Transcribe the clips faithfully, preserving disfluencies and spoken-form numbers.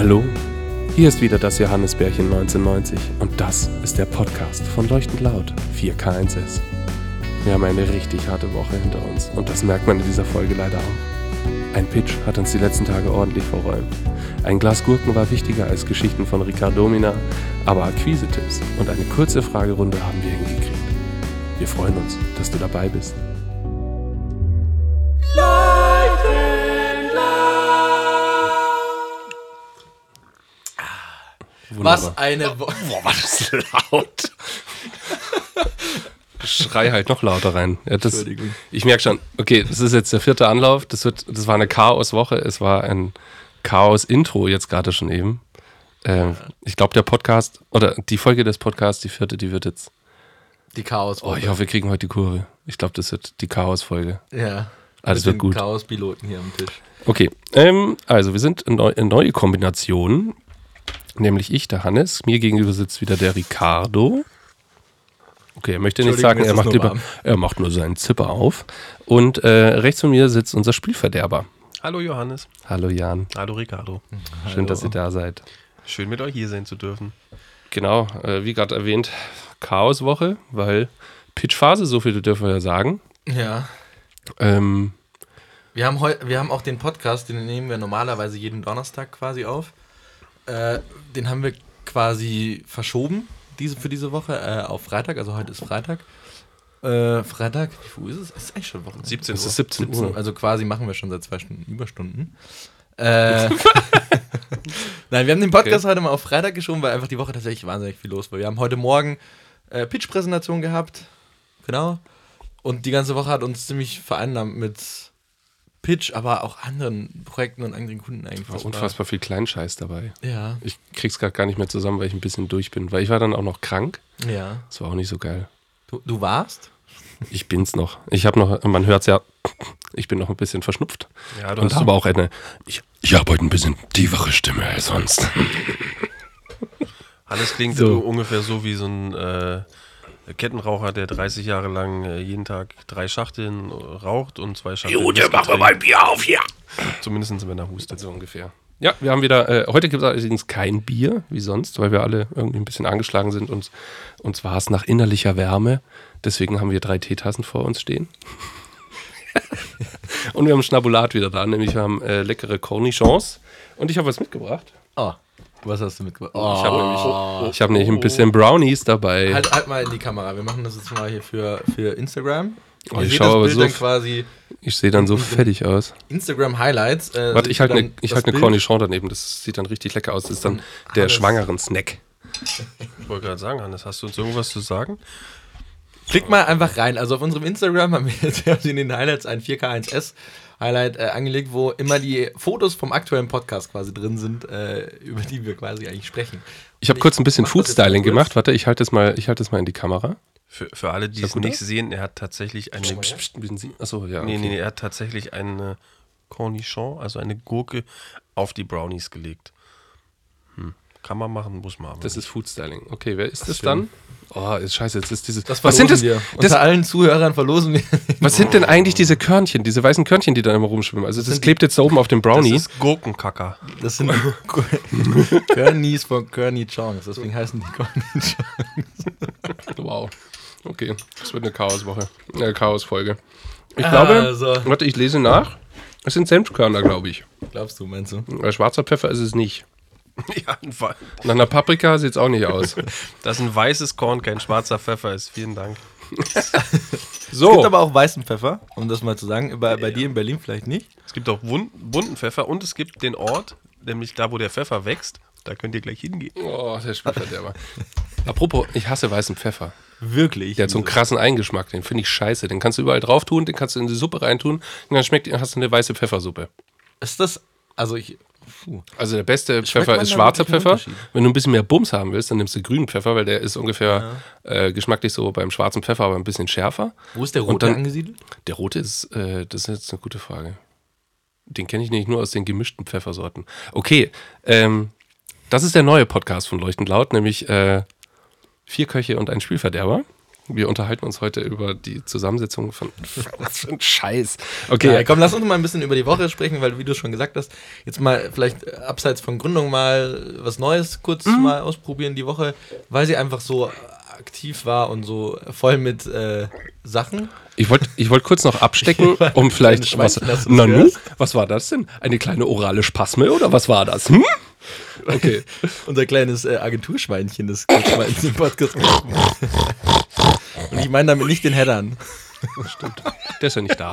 Hallo, hier ist wieder das Johannisbärchen neunzehnhundertneunzig und das ist der Podcast von Leuchtend Laut vier K eins S. Wir haben eine richtig harte Woche hinter uns und das merkt man in dieser Folge leider auch. Ein Pitch hat uns die letzten Tage ordentlich verräumt. Ein Glas Gurken war wichtiger als Geschichten von Ricard Domina, aber Akquise-Tipps und eine kurze Fragerunde haben wir hingekriegt. Wir freuen uns, dass du dabei bist. Wunderbar. Was eine Woche. Boah, war das laut. Schrei halt noch lauter rein. Ja, das, Entschuldigung. Ich merke schon, okay, das ist jetzt der vierte Anlauf. Das, wird, das war eine Chaos-Woche. Es war ein Chaos-Intro jetzt gerade schon eben. Ähm, ich glaube, der Podcast, oder die Folge des Podcasts, die vierte, die wird jetzt... Die Chaos-Woche. Oh, ich hoffe, wir kriegen heute die Kurve. Ich glaube, das wird die Chaos-Folge. Ja. Alles wird gut. Chaos-Piloten hier am Tisch. Okay, ähm, also wir sind in, neu, in neue Kombinationen. Nämlich ich, der Hannes. Mir gegenüber sitzt wieder der Ricardo. Okay, er möchte nicht sagen, er macht, über, er macht nur seinen Zipper auf. Und äh, rechts von mir sitzt unser Spielverderber. Hallo Johannes. Hallo Jan. Hallo Ricardo. Schön, Hallo. dass ihr da seid. Schön mit euch hier sein zu dürfen. Genau, äh, wie gerade erwähnt, Chaoswoche, weil Pitchphase, so viel dürfen wir ja sagen. Ja. Ähm, Wir haben, heu- wir haben auch den Podcast, den nehmen wir normalerweise jeden Donnerstag quasi auf. Äh, den haben wir quasi verschoben diese, für diese Woche äh, auf Freitag, also heute ist Freitag. Äh, Freitag, wie viel Uhr ist es? Es ist eigentlich schon Wochenende. siebzehn es Uhr. ist siebzehn Uhr. Also quasi machen wir schon seit zwei Stunden Überstunden. Äh, Nein, wir haben den Podcast Okay. heute mal auf Freitag geschoben, weil einfach die Woche tatsächlich wahnsinnig viel los war. Wir haben heute Morgen äh, Pitch-Präsentation gehabt. Genau. Und die ganze Woche hat uns ziemlich vereinnahmt mit Pitch, aber auch anderen Projekten und anderen Kunden eigentlich. Da war unfassbar viel Kleinscheiß dabei. Ja, Ich krieg's gerade gar nicht mehr zusammen, weil ich ein bisschen durch bin. Weil ich war dann auch noch krank. ja. Das war auch nicht so geil. Du, du warst? Ich bin's noch. Ich habe noch, man hört's ja, ich bin noch ein bisschen verschnupft. Ja, du Und hast habe auch eine, ich, ich habe heute ein bisschen tiefere Stimme als sonst. alles klingt So. ungefähr so wie so ein äh, Kettenraucher, der dreißig Jahre lang äh, jeden Tag drei Schachteln äh, raucht und zwei Schachteln Whisky trinkt. mein Bier auf hier. Zumindest wenn er hustet. So ungefähr. Ja, wir haben wieder, äh, heute gibt es allerdings kein Bier, wie sonst, weil wir alle irgendwie ein bisschen angeschlagen sind und uns war es nach innerlicher Wärme. Deswegen haben wir drei Teetassen vor uns stehen. Und wir haben Schnabulat wieder da, nämlich wir haben äh, leckere Cornichons. Und ich habe was mitgebracht. Oh, was hast du mitgebracht? Ich habe nämlich, ich hab nämlich ein bisschen Brownies dabei. Halt, halt mal in die Kamera. Wir machen das jetzt mal hier für, für Instagram. Oh, Ihr ich seht schau das aber Bild so dann f- quasi Ich sehe dann so fettig aus. Instagram-Highlights. Äh, Warte, seht ich ihr halte dann eine ich das halt ne Bild. Cornichon daneben. Das sieht dann richtig lecker aus. Das ist dann der Hannes. schwangeren Snack. Ich wollte gerade sagen, Hannes, hast du uns irgendwas zu sagen? Klickt mal einfach rein. Also auf unserem Instagram haben wir jetzt in den Highlights ein vier K eins S Highlight äh, angelegt, wo immer die Fotos vom aktuellen Podcast quasi drin sind, äh, über die wir quasi eigentlich sprechen. Ich habe kurz ein bisschen mach das jetzt Food-Styling mal kurz. gemacht. Warte, ich halte es mal, ich halte es mal in die Kamera. Für, für alle, die Ist das es gut nicht aus? sehen, er hat tatsächlich eine... Psst, psst, wie sind Sie? Achso, ja. Nee, okay. nee, nee, er hat tatsächlich eine Cornichon, also eine Gurke, auf die Brownies gelegt. Hm. Kann man machen, muss man aber. Das nicht. ist Food-Styling. Okay, wer ist das schön. dann? Oh, ist scheiße, jetzt ist dieses. Das was sind das? wir. das Unter allen Zuhörern verlosen wir. was sind denn eigentlich diese Körnchen, diese weißen Körnchen, die da immer rumschwimmen? Also das sind klebt jetzt da oben auf dem Brownie. Das ist Gurkenkacker. Das sind Körnies von Körny Chongs, deswegen heißen die Körny Chongs. Wow. Okay, das wird eine Chaoswoche. Eine Chaosfolge. Ich glaube, Also. warte, ich lese nach. Es sind Senfkörner, glaube ich. Glaubst du, meinst du? Äh, Schwarzer Pfeffer ist es nicht. Ja, ein Wei- Nach einer Paprika sieht es auch nicht aus. das ist ein weißes Korn, kein schwarzer Pfeffer ist. Vielen Dank. Es So, gibt aber auch weißen Pfeffer, um das mal zu sagen. Bei, bei dir in Berlin vielleicht nicht. Es gibt auch wun- bunten Pfeffer und es gibt den Ort, nämlich da, wo der Pfeffer wächst. Da könnt ihr gleich hingehen. oh, der Spielverderber. Apropos, ich hasse weißen Pfeffer. Wirklich? Der hat so einen krassen Eingeschmack, den finde ich scheiße. Den kannst du überall drauf tun, den kannst du in die Suppe reintun und dann schmeckt, hast du eine weiße Pfeffersuppe. Ist das. Also ich. Puh. Also der beste Schmeckt Pfeffer man ist da schwarzer wirklich einen Pfeffer. Unterschied? Wenn du ein bisschen mehr Bums haben willst, dann nimmst du grünen Pfeffer, weil der ist ungefähr äh, geschmacklich so beim schwarzen Pfeffer, aber ein bisschen schärfer. Wo ist der Und Rote dann- angesiedelt? Der rote ist, äh, das ist jetzt eine gute Frage. Den kenne ich nämlich nur aus den gemischten Pfeffersorten. Okay, ähm, das ist der neue Podcast von Leuchtend Laut, nämlich äh, Vier Köche und ein Spielverderber. Wir unterhalten uns heute über die Zusammensetzung von. Was für ein Scheiß. Okay, ja, komm, lass uns mal ein bisschen über die Woche sprechen, weil, wie du schon gesagt hast, jetzt mal vielleicht abseits von Gründung mal was Neues kurz mhm. mal ausprobieren die Woche, weil sie einfach so aktiv war und so voll mit äh, Sachen. Ich wollte ich wollt kurz noch abstecken, um vielleicht. Was, Nanu, was war das denn? Eine kleine orale Spasme oder was war das? Hm? Okay. Unser kleines äh, Agenturschweinchen, das kurz mal in den Podcast gesprochen. Und ich meine damit nicht den Headern. Stimmt. Der ist ja nicht da.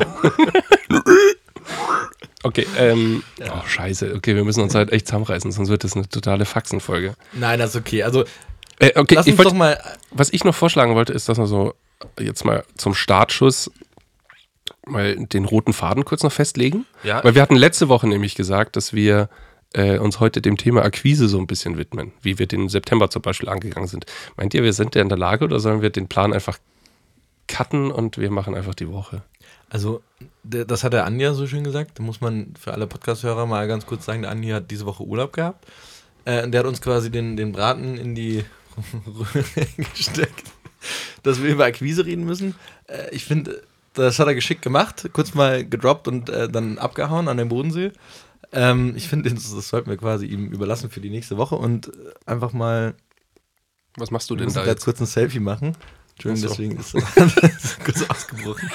Okay, ähm. Ja. Oh, scheiße. Okay, wir müssen uns halt echt zusammenreißen, sonst wird das eine totale Faxenfolge. Nein, das ist okay. Also, äh, okay, lass uns ich wollt, doch mal. Was ich noch vorschlagen wollte, ist, dass wir so jetzt mal zum Startschuss mal den roten Faden kurz noch festlegen. Ja. Weil wir hatten letzte Woche nämlich gesagt, dass wir äh, uns heute dem Thema Akquise so ein bisschen widmen, wie wir den September zum Beispiel angegangen sind. Meint ihr, wir sind ja in der Lage oder sollen wir den Plan einfach cutten und wir machen einfach die Woche? Also, das hat der Anja so schön gesagt. Da muss man für alle Podcast-Hörer mal ganz kurz sagen, der Anja hat diese Woche Urlaub gehabt. Äh, der hat uns quasi den, den Braten in die Röhre gesteckt, dass wir über Akquise reden müssen. Äh, ich finde, das hat er geschickt gemacht, kurz mal gedroppt und äh, dann abgehauen an den Bodensee. Ähm, ich finde, das, das sollten wir quasi ihm überlassen für die nächste Woche und einfach mal. Was machst du denn da jetzt? jetzt? Kurz ein Selfie machen. Entschuldigung, so. Deswegen ist es kurz ausgebrochen.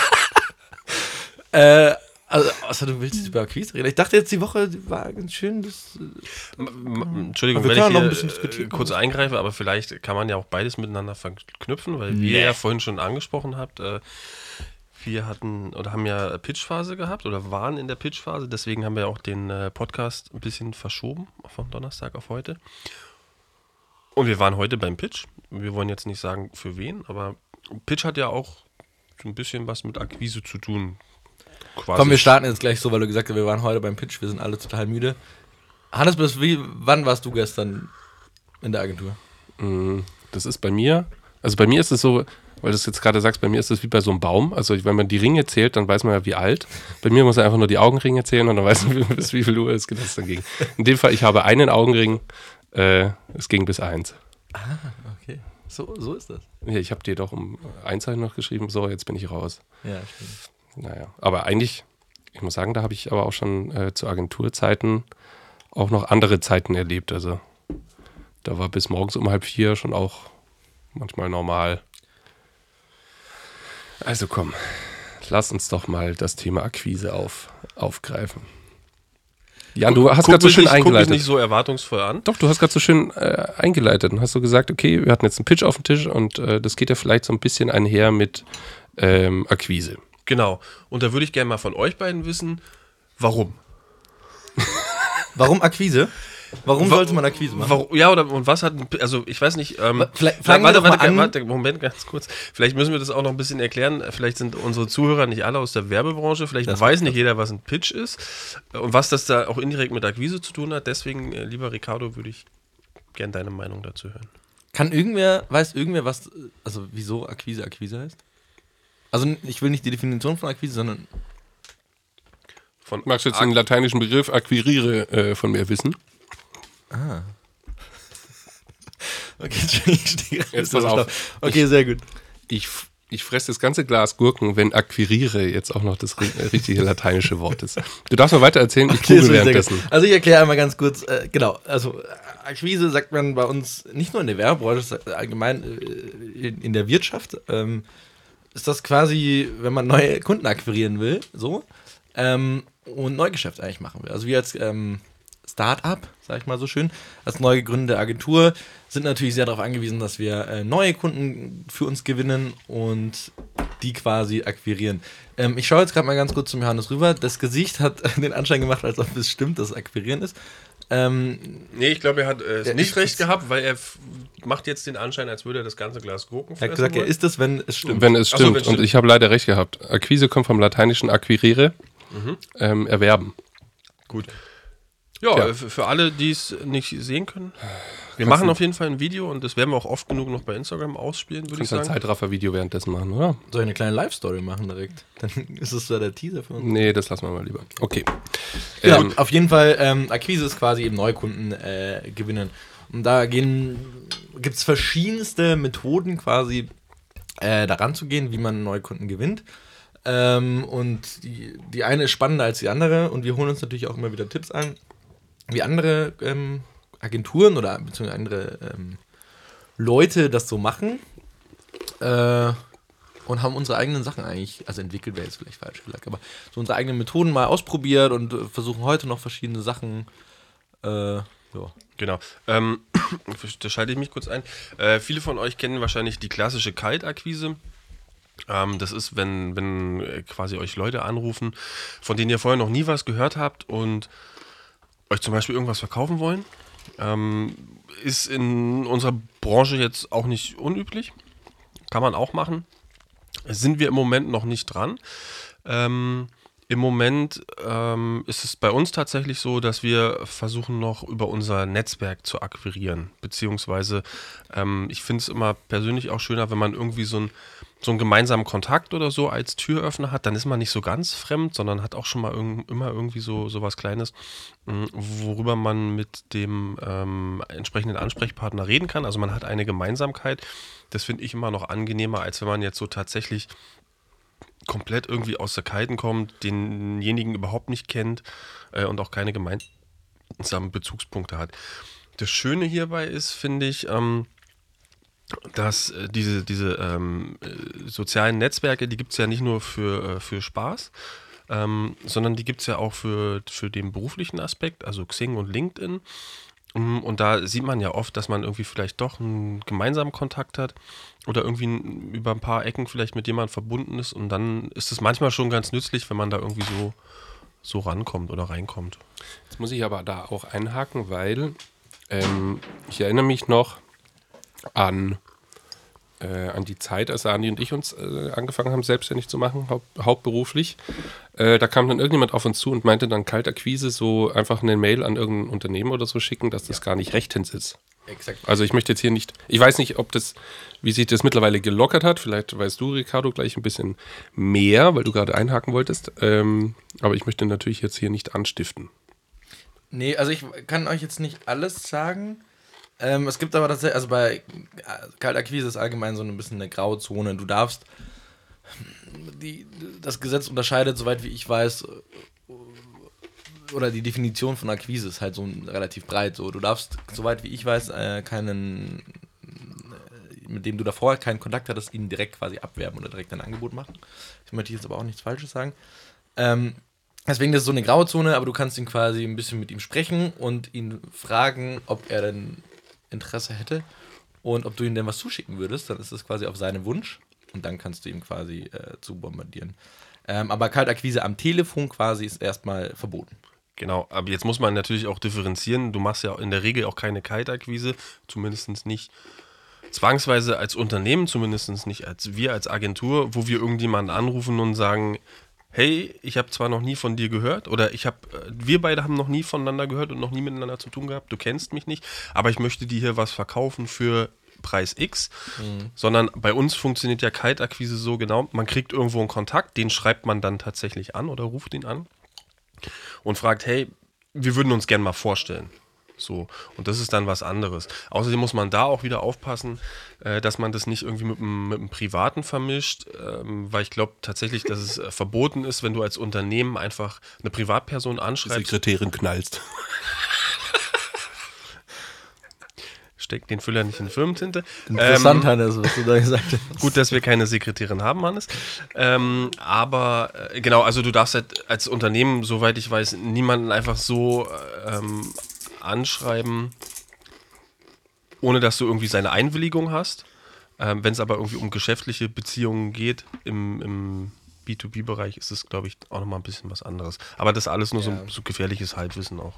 äh, also, außer du willst über Akquise reden. Ich dachte jetzt, die Woche war ganz schön. Das, Entschuldigung, wenn ich hier äh, kurz eingreife, aber vielleicht kann man ja auch beides miteinander verknüpfen, weil nee. ihr ja vorhin schon angesprochen habt, äh, wir hatten oder haben ja Pitchphase gehabt oder waren in der Pitchphase, deswegen haben wir auch den äh, Podcast ein bisschen verschoben vom Donnerstag auf heute. Und wir waren heute beim Pitch. Wir wollen jetzt nicht sagen, für wen, aber Pitch hat ja auch so ein bisschen was mit Akquise zu tun. Quasi. Komm, wir starten jetzt gleich so, weil du gesagt hast, wir waren heute beim Pitch, wir sind alle total müde. Hannes, bis wie, wann warst du gestern in der Agentur? Das ist bei mir, also bei mir ist es so, weil du es jetzt gerade sagst, bei mir ist es wie bei so einem Baum. Also wenn man die Ringe zählt, dann weiß man ja, wie alt. Bei mir muss er einfach nur die Augenringe zählen und dann weiß man, bis wie viel Uhr es dann ging. In dem Fall, ich habe einen Augenring, äh, es ging bis eins. Ah, okay. So, so ist das. Ja, ich habe dir doch um eins noch geschrieben, so, jetzt bin ich raus. Ja, stimmt. Naja, aber eigentlich, ich muss sagen, da habe ich aber auch schon äh, zu Agenturzeiten auch noch andere Zeiten erlebt. Also da war bis morgens um halb vier schon auch manchmal normal. Also komm, lass uns doch mal das Thema Akquise auf, aufgreifen. Jan, du hast gerade so schön nicht, eingeleitet. Guck mich nicht so erwartungsvoll an. Doch, du hast gerade so schön äh, eingeleitet und hast so gesagt, okay, wir hatten jetzt einen Pitch auf dem Tisch und äh, das geht ja vielleicht so ein bisschen einher mit ähm, Akquise. Genau. Und da würde ich gerne mal von euch beiden wissen, warum? Warum Akquise? Warum Wa- sollte man Akquise machen? Warum, ja, oder und was hat, also ich weiß nicht, ähm, vielleicht, warte, warte, warte, warte, warte, Moment, ganz kurz. Vielleicht müssen wir das auch noch ein bisschen erklären. Vielleicht sind unsere Zuhörer nicht alle aus der Werbebranche. Vielleicht das weiß nicht jeder, was ein Pitch ist und was das da auch indirekt mit Akquise zu tun hat. Deswegen, lieber Ricardo, würde ich gerne deine Meinung dazu hören. Kann irgendwer, weiß irgendwer, was, also wieso Akquise Akquise heißt? Also ich will nicht die Definition von Akquise, sondern von, magst du jetzt Ak- den lateinischen Begriff akquiriere äh, von mir wissen? Ah. Okay, ich stehe jetzt pass auf. Okay, ich, sehr gut. Ich, ich fresse das ganze Glas Gurken, wenn akquiriere jetzt auch noch das richtige lateinische Wort ist. Du darfst mal weiter erzählen, ich okay, google währenddessen. Also ich erkläre einmal ganz kurz, äh, genau, also Akquise sagt man bei uns nicht nur in der Werbebranche, allgemein äh, in, in der Wirtschaft, ähm, ist das quasi, wenn man neue Kunden akquirieren will, so, ähm, und Neugeschäft eigentlich machen will. Also wir als ähm, Start-up, sag ich mal so schön, als neu gegründete Agentur sind natürlich sehr darauf angewiesen, dass wir äh, neue Kunden für uns gewinnen und die quasi akquirieren. Ähm, ich schaue jetzt gerade mal ganz kurz zum Johannes rüber. Das Gesicht hat den Anschein gemacht, als ob es stimmt, dass es akquirieren ist. Ähm, nee, ich glaube, er hat äh, nicht recht gehabt, weil er f- macht jetzt den Anschein, als würde er das ganze Glas Gurken fressen. Er hat gesagt, er ist es, wenn es stimmt. Wenn es stimmt. So, wenn und ich habe leider recht gehabt. Akquise kommt vom lateinischen acquirere, mhm. ähm, erwerben. Gut. Ja, ja. Äh, für alle, die es nicht sehen können. Wir machen auf jeden Fall ein Video und das werden wir auch oft genug noch bei Instagram ausspielen, würde ich sagen. Du kannst ein Zeitraffer-Video währenddessen machen, oder? Soll ich eine kleine Live-Story machen direkt? Dann ist es da der Teaser für uns. Nee, das lassen wir mal lieber. Okay. Ja, ähm, auf jeden Fall, ähm, Akquise ist quasi eben Neukunden äh, gewinnen. Und da gibt es verschiedenste Methoden quasi, äh, daran zu gehen, wie man neue Kunden gewinnt. Ähm, und die, die eine ist spannender als die andere und wir holen uns natürlich auch immer wieder Tipps an, wie andere ähm, Agenturen oder beziehungsweise andere ähm, Leute das so machen. Äh, und haben unsere eigenen Sachen eigentlich, also entwickelt wäre jetzt vielleicht falsch gesagt, aber so unsere eigenen Methoden mal ausprobiert und äh, versuchen heute noch verschiedene Sachen. Äh, ja. Genau. Ähm, da schalte ich mich kurz ein. Äh, viele von euch kennen wahrscheinlich die klassische Kaltakquise. Ähm, das ist, wenn, wenn quasi euch Leute anrufen, von denen ihr vorher noch nie was gehört habt und euch zum Beispiel irgendwas verkaufen wollen. Ähm, ist in unserer Branche jetzt auch nicht unüblich. Kann man auch machen. Sind wir im Moment noch nicht dran. Ähm, Im Moment ähm, ist es bei uns tatsächlich so, dass wir versuchen noch über unser Netzwerk zu akquirieren. Beziehungsweise ähm, ich finde es immer persönlich auch schöner, wenn man irgendwie so, ein, so einen gemeinsamen Kontakt oder so als Türöffner hat. Dann ist man nicht so ganz fremd, sondern hat auch schon mal irg- immer irgendwie so, so was Kleines, mh, worüber man mit dem ähm, entsprechenden Ansprechpartner reden kann. Also man hat eine Gemeinsamkeit. Das finde ich immer noch angenehmer, als wenn man jetzt so tatsächlich komplett irgendwie aus der Kalten kommt, denjenigen überhaupt nicht kennt äh, und auch keine gemeinsamen Bezugspunkte hat. Das Schöne hierbei ist, finde ich, ähm, dass äh, diese, diese ähm, äh, sozialen Netzwerke, die gibt es ja nicht nur für, äh, für Spaß, ähm, sondern die gibt es ja auch für, für den beruflichen Aspekt, also Xing und LinkedIn. Und da sieht man ja oft, dass man irgendwie vielleicht doch einen gemeinsamen Kontakt hat oder irgendwie über ein paar Ecken vielleicht mit jemandem verbunden ist. Und dann ist es manchmal schon ganz nützlich, wenn man da irgendwie so, so rankommt oder reinkommt. Jetzt muss ich aber da auch einhaken, weil ähm, ich erinnere mich noch an, äh, an die Zeit, als Andi und ich uns äh, angefangen haben, selbstständig zu machen, haupt, hauptberuflich. Äh, da kam dann irgendjemand auf uns zu und meinte dann Kaltakquise, so einfach eine Mail an irgendein Unternehmen oder so schicken, dass das ja gar nicht rechtens ist. Exakt. Also ich möchte jetzt hier nicht, ich weiß nicht, ob das, wie sich das mittlerweile gelockert hat, vielleicht weißt du, Ricardo, gleich ein bisschen mehr, weil du gerade einhaken wolltest, ähm, aber ich möchte natürlich jetzt hier nicht anstiften. Nee, also ich kann euch jetzt nicht alles sagen. Ähm, es gibt aber tatsächlich, also bei Kaltakquise ist allgemein so ein bisschen eine graue Zone. Du darfst, die, das Gesetz unterscheidet, soweit wie ich weiß, oder die Definition von Akquise ist halt so relativ breit. So, du darfst, soweit wie ich weiß, äh, keinen, mit dem du davor keinen Kontakt hattest, ihn direkt quasi abwerben oder direkt ein Angebot machen. Ich möchte jetzt aber auch nichts Falsches sagen. Ähm, Deswegen ist es so eine graue Zone, aber du kannst ihn quasi ein bisschen mit ihm sprechen und ihn fragen, ob er denn Interesse hätte und ob du ihm denn was zuschicken würdest. Dann ist das quasi auf seinen Wunsch und dann kannst du ihm quasi äh, zu bombardieren. Ähm, aber Kaltakquise am Telefon quasi ist erstmal verboten. Genau, aber jetzt muss man natürlich auch differenzieren. Du machst ja in der Regel auch keine Kaltakquise, zumindest nicht zwangsweise als Unternehmen, zumindest nicht als wir als Agentur, wo wir irgendjemanden anrufen und sagen, hey, ich habe zwar noch nie von dir gehört oder ich habe, wir beide haben noch nie voneinander gehört und noch nie miteinander zu tun gehabt, du kennst mich nicht, aber ich möchte dir hier was verkaufen für Preis X, mhm. sondern bei uns funktioniert ja Kaltakquise so genau, man kriegt irgendwo einen Kontakt, den schreibt man dann tatsächlich an oder ruft ihn an und fragt, hey, wir würden uns gerne mal vorstellen. So, und das ist dann was anderes. Außerdem muss man da auch wieder aufpassen, äh, dass man das nicht irgendwie mit einem, mit einem Privaten vermischt, ähm, weil ich glaube tatsächlich, dass es äh, verboten ist, wenn du als Unternehmen einfach eine Privatperson anschreibst. Die Sekretärin knallst. Steckt den Füller nicht in die Firmentinte. Interessant, ähm, Hannes, was du da gesagt hast. Gut, dass wir keine Sekretärin haben, Hannes. Ähm, aber äh, genau, also du darfst halt als Unternehmen, soweit ich weiß, niemanden einfach so ähm, anschreiben, ohne dass du irgendwie seine Einwilligung hast. Ähm, wenn es aber irgendwie um geschäftliche Beziehungen geht, im, im B zwei B-Bereich ist es, glaube ich, auch nochmal ein bisschen was anderes. Aber das ist alles nur ja. so, so gefährliches Halbwissen auch.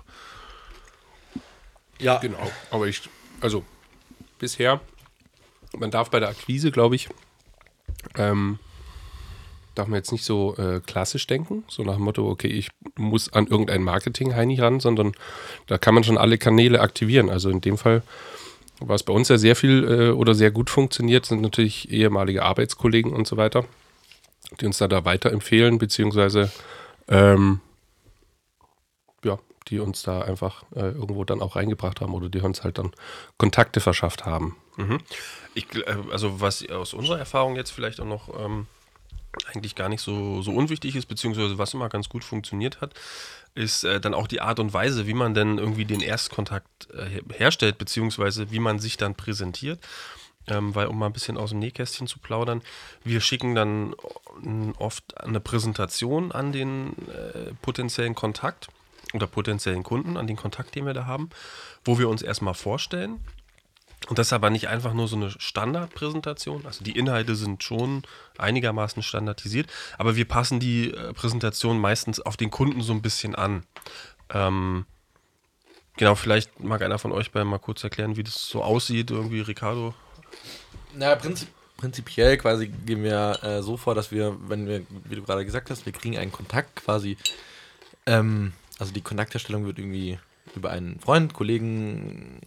Ja, genau. Aber ich, also bisher, man darf bei der Akquise, glaube ich, ähm, darf man jetzt nicht so äh, klassisch denken, so nach dem Motto, okay, ich muss an irgendein Marketing-Heini ran, sondern da kann man schon alle Kanäle aktivieren. Also in dem Fall, was bei uns ja sehr viel äh, oder sehr gut funktioniert, sind natürlich ehemalige Arbeitskollegen und so weiter, die uns da, da weiterempfehlen, beziehungsweise ähm, ja, die uns da einfach äh, irgendwo dann auch reingebracht haben oder die uns halt dann Kontakte verschafft haben. Mhm. Ich, also was aus unserer Erfahrung jetzt vielleicht auch noch ähm, eigentlich gar nicht so, so unwichtig ist, beziehungsweise was immer ganz gut funktioniert hat, ist äh, dann auch die Art und Weise, wie man denn irgendwie den Erstkontakt äh, herstellt, beziehungsweise wie man sich dann präsentiert. Ähm, weil, um mal ein bisschen aus dem Nähkästchen zu plaudern, wir schicken dann oft eine Präsentation an den äh, potenziellen Kontakt oder potenziellen Kunden, an den Kontakt, den wir da haben, wo wir uns erstmal vorstellen. Und das ist aber nicht einfach nur so eine Standardpräsentation. Also die Inhalte sind schon einigermaßen standardisiert, aber wir passen die äh, Präsentation meistens auf den Kunden so ein bisschen an. Ähm, genau, vielleicht mag einer von euch beiden mal kurz erklären, wie das so aussieht, irgendwie, Ricardo. Na, prinzip, prinzipiell quasi gehen wir äh, so vor, dass wir, wenn wir, wie du gerade gesagt hast, wir kriegen einen Kontakt quasi, ähm, also die Kontaktherstellung wird irgendwie über einen Freund, Kollegen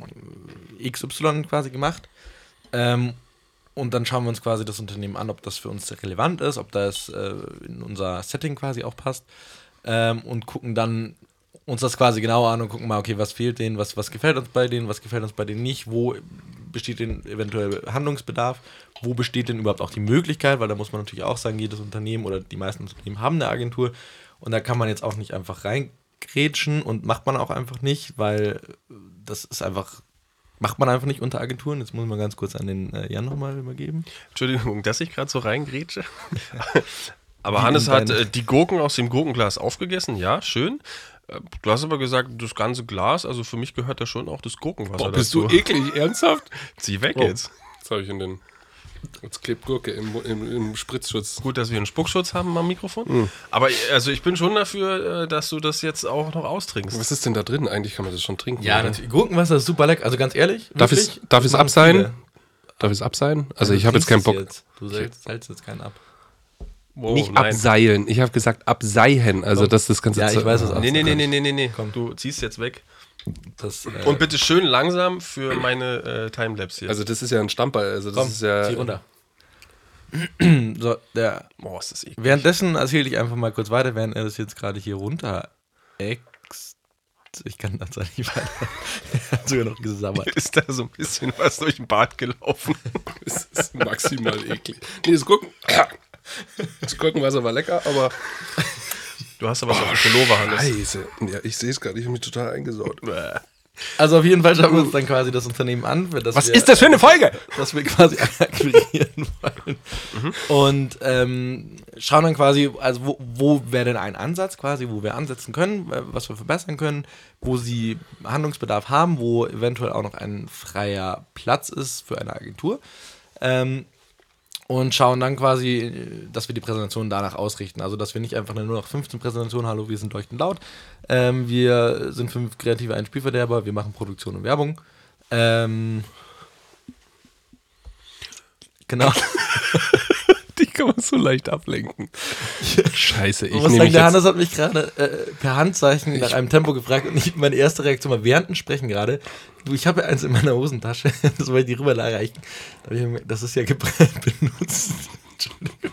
X Y quasi gemacht. Ähm, und dann schauen wir uns quasi das Unternehmen an, ob das für uns relevant ist, ob das äh, in unser Setting quasi auch passt. Ähm, und gucken dann uns das quasi genauer an und gucken mal, okay, was fehlt denen, was, was gefällt uns bei denen, was gefällt uns bei denen nicht, wo besteht denn eventuell Handlungsbedarf, wo besteht denn überhaupt auch die Möglichkeit, weil da muss man natürlich auch sagen, jedes Unternehmen oder die meisten Unternehmen haben eine Agentur und da kann man jetzt auch nicht einfach reingrätschen und macht man auch einfach nicht, weil das ist einfach, macht man einfach nicht unter Agenturen. Jetzt muss man ganz kurz an den äh, Jan nochmal übergeben. Entschuldigung, dass ich gerade so reingrätsche. Aber Hannes hat äh, die Gurken aus dem Gurkenglas aufgegessen, ja, schön. Du hast aber gesagt, das ganze Glas, also für mich gehört da schon auch das Gurkenwasser Boah, bist dazu. du eklig, ernsthaft? Zieh weg oh, jetzt. Jetzt habe ich in den... Jetzt klebt Gurke im, im, im Spritzschutz. Gut, dass wir einen Spuckschutz haben am Mikrofon. Mhm. Aber also ich bin schon dafür, dass du das jetzt auch noch austrinkst. Was ist denn da drin? Eigentlich kann man das schon trinken. Ja, natürlich. Gurkenwasser ist super lecker. Also ganz ehrlich. Darf es, darf es ab sein? Darf es ab sein? Also, also ich habe jetzt keinen Bock. Jetzt. Du salzt jetzt keinen ab. Wow, nicht nein. abseilen. Ich habe gesagt abseihen. Also Komm. das ist das ganze Ja, ich weiß es auch. Nee, nee, nee, nee, nee, nee, nee. Komm, du ziehst jetzt weg. Das, äh Und bitte schön langsam für meine äh, Timelapse hier. Also das ist ja ein Stammball. Also das Komm, ist ja. zieh runter. So, der. Boah, ist das eklig. Währenddessen erzähle ich einfach mal kurz weiter, während er das jetzt gerade hier runter ext. Ich kann das nicht weiter. Er hat sogar noch gesammelt. Ist da so ein bisschen was durch den Bart gelaufen? Das ist maximal eklig. Nee, das Gurken. Das Gurkenwasser war lecker, aber. Du hast aber was oh, auf dem Pullover, Hannes. Scheiße. Ja, ich sehe es gerade, ich habe mich total eingesaut. Also auf jeden Fall schauen wir uns dann quasi das Unternehmen an. Für das was wir, ist das für eine Folge? Das wir quasi akquirieren wollen. Mhm. Und ähm, schauen dann quasi, also wo, wo wäre denn ein Ansatz quasi, wo wir ansetzen können, was wir verbessern können, wo sie Handlungsbedarf haben, wo eventuell auch noch ein freier Platz ist für eine Agentur. Ähm, Und schauen dann quasi, dass wir die Präsentation danach ausrichten. Also, dass wir nicht einfach eine null acht fünfzehn Präsentation, hallo, wir sind leuchtend laut. Ähm, wir sind fünf kreative Einspielverderber, wir machen Produktion und Werbung. Ähm, genau. Die kann man so leicht ablenken. Scheiße, ich nehme mich sagen, der jetzt... Hannes hat mich gerade äh, per Handzeichen nach einem Tempo gefragt und ich, meine erste Reaktion war während dem Sprechen gerade, du, ich habe ja eins in meiner Hosentasche, das wollte ich dir rüber erreichen. Das ist ja gebrannt benutzt. Entschuldigung.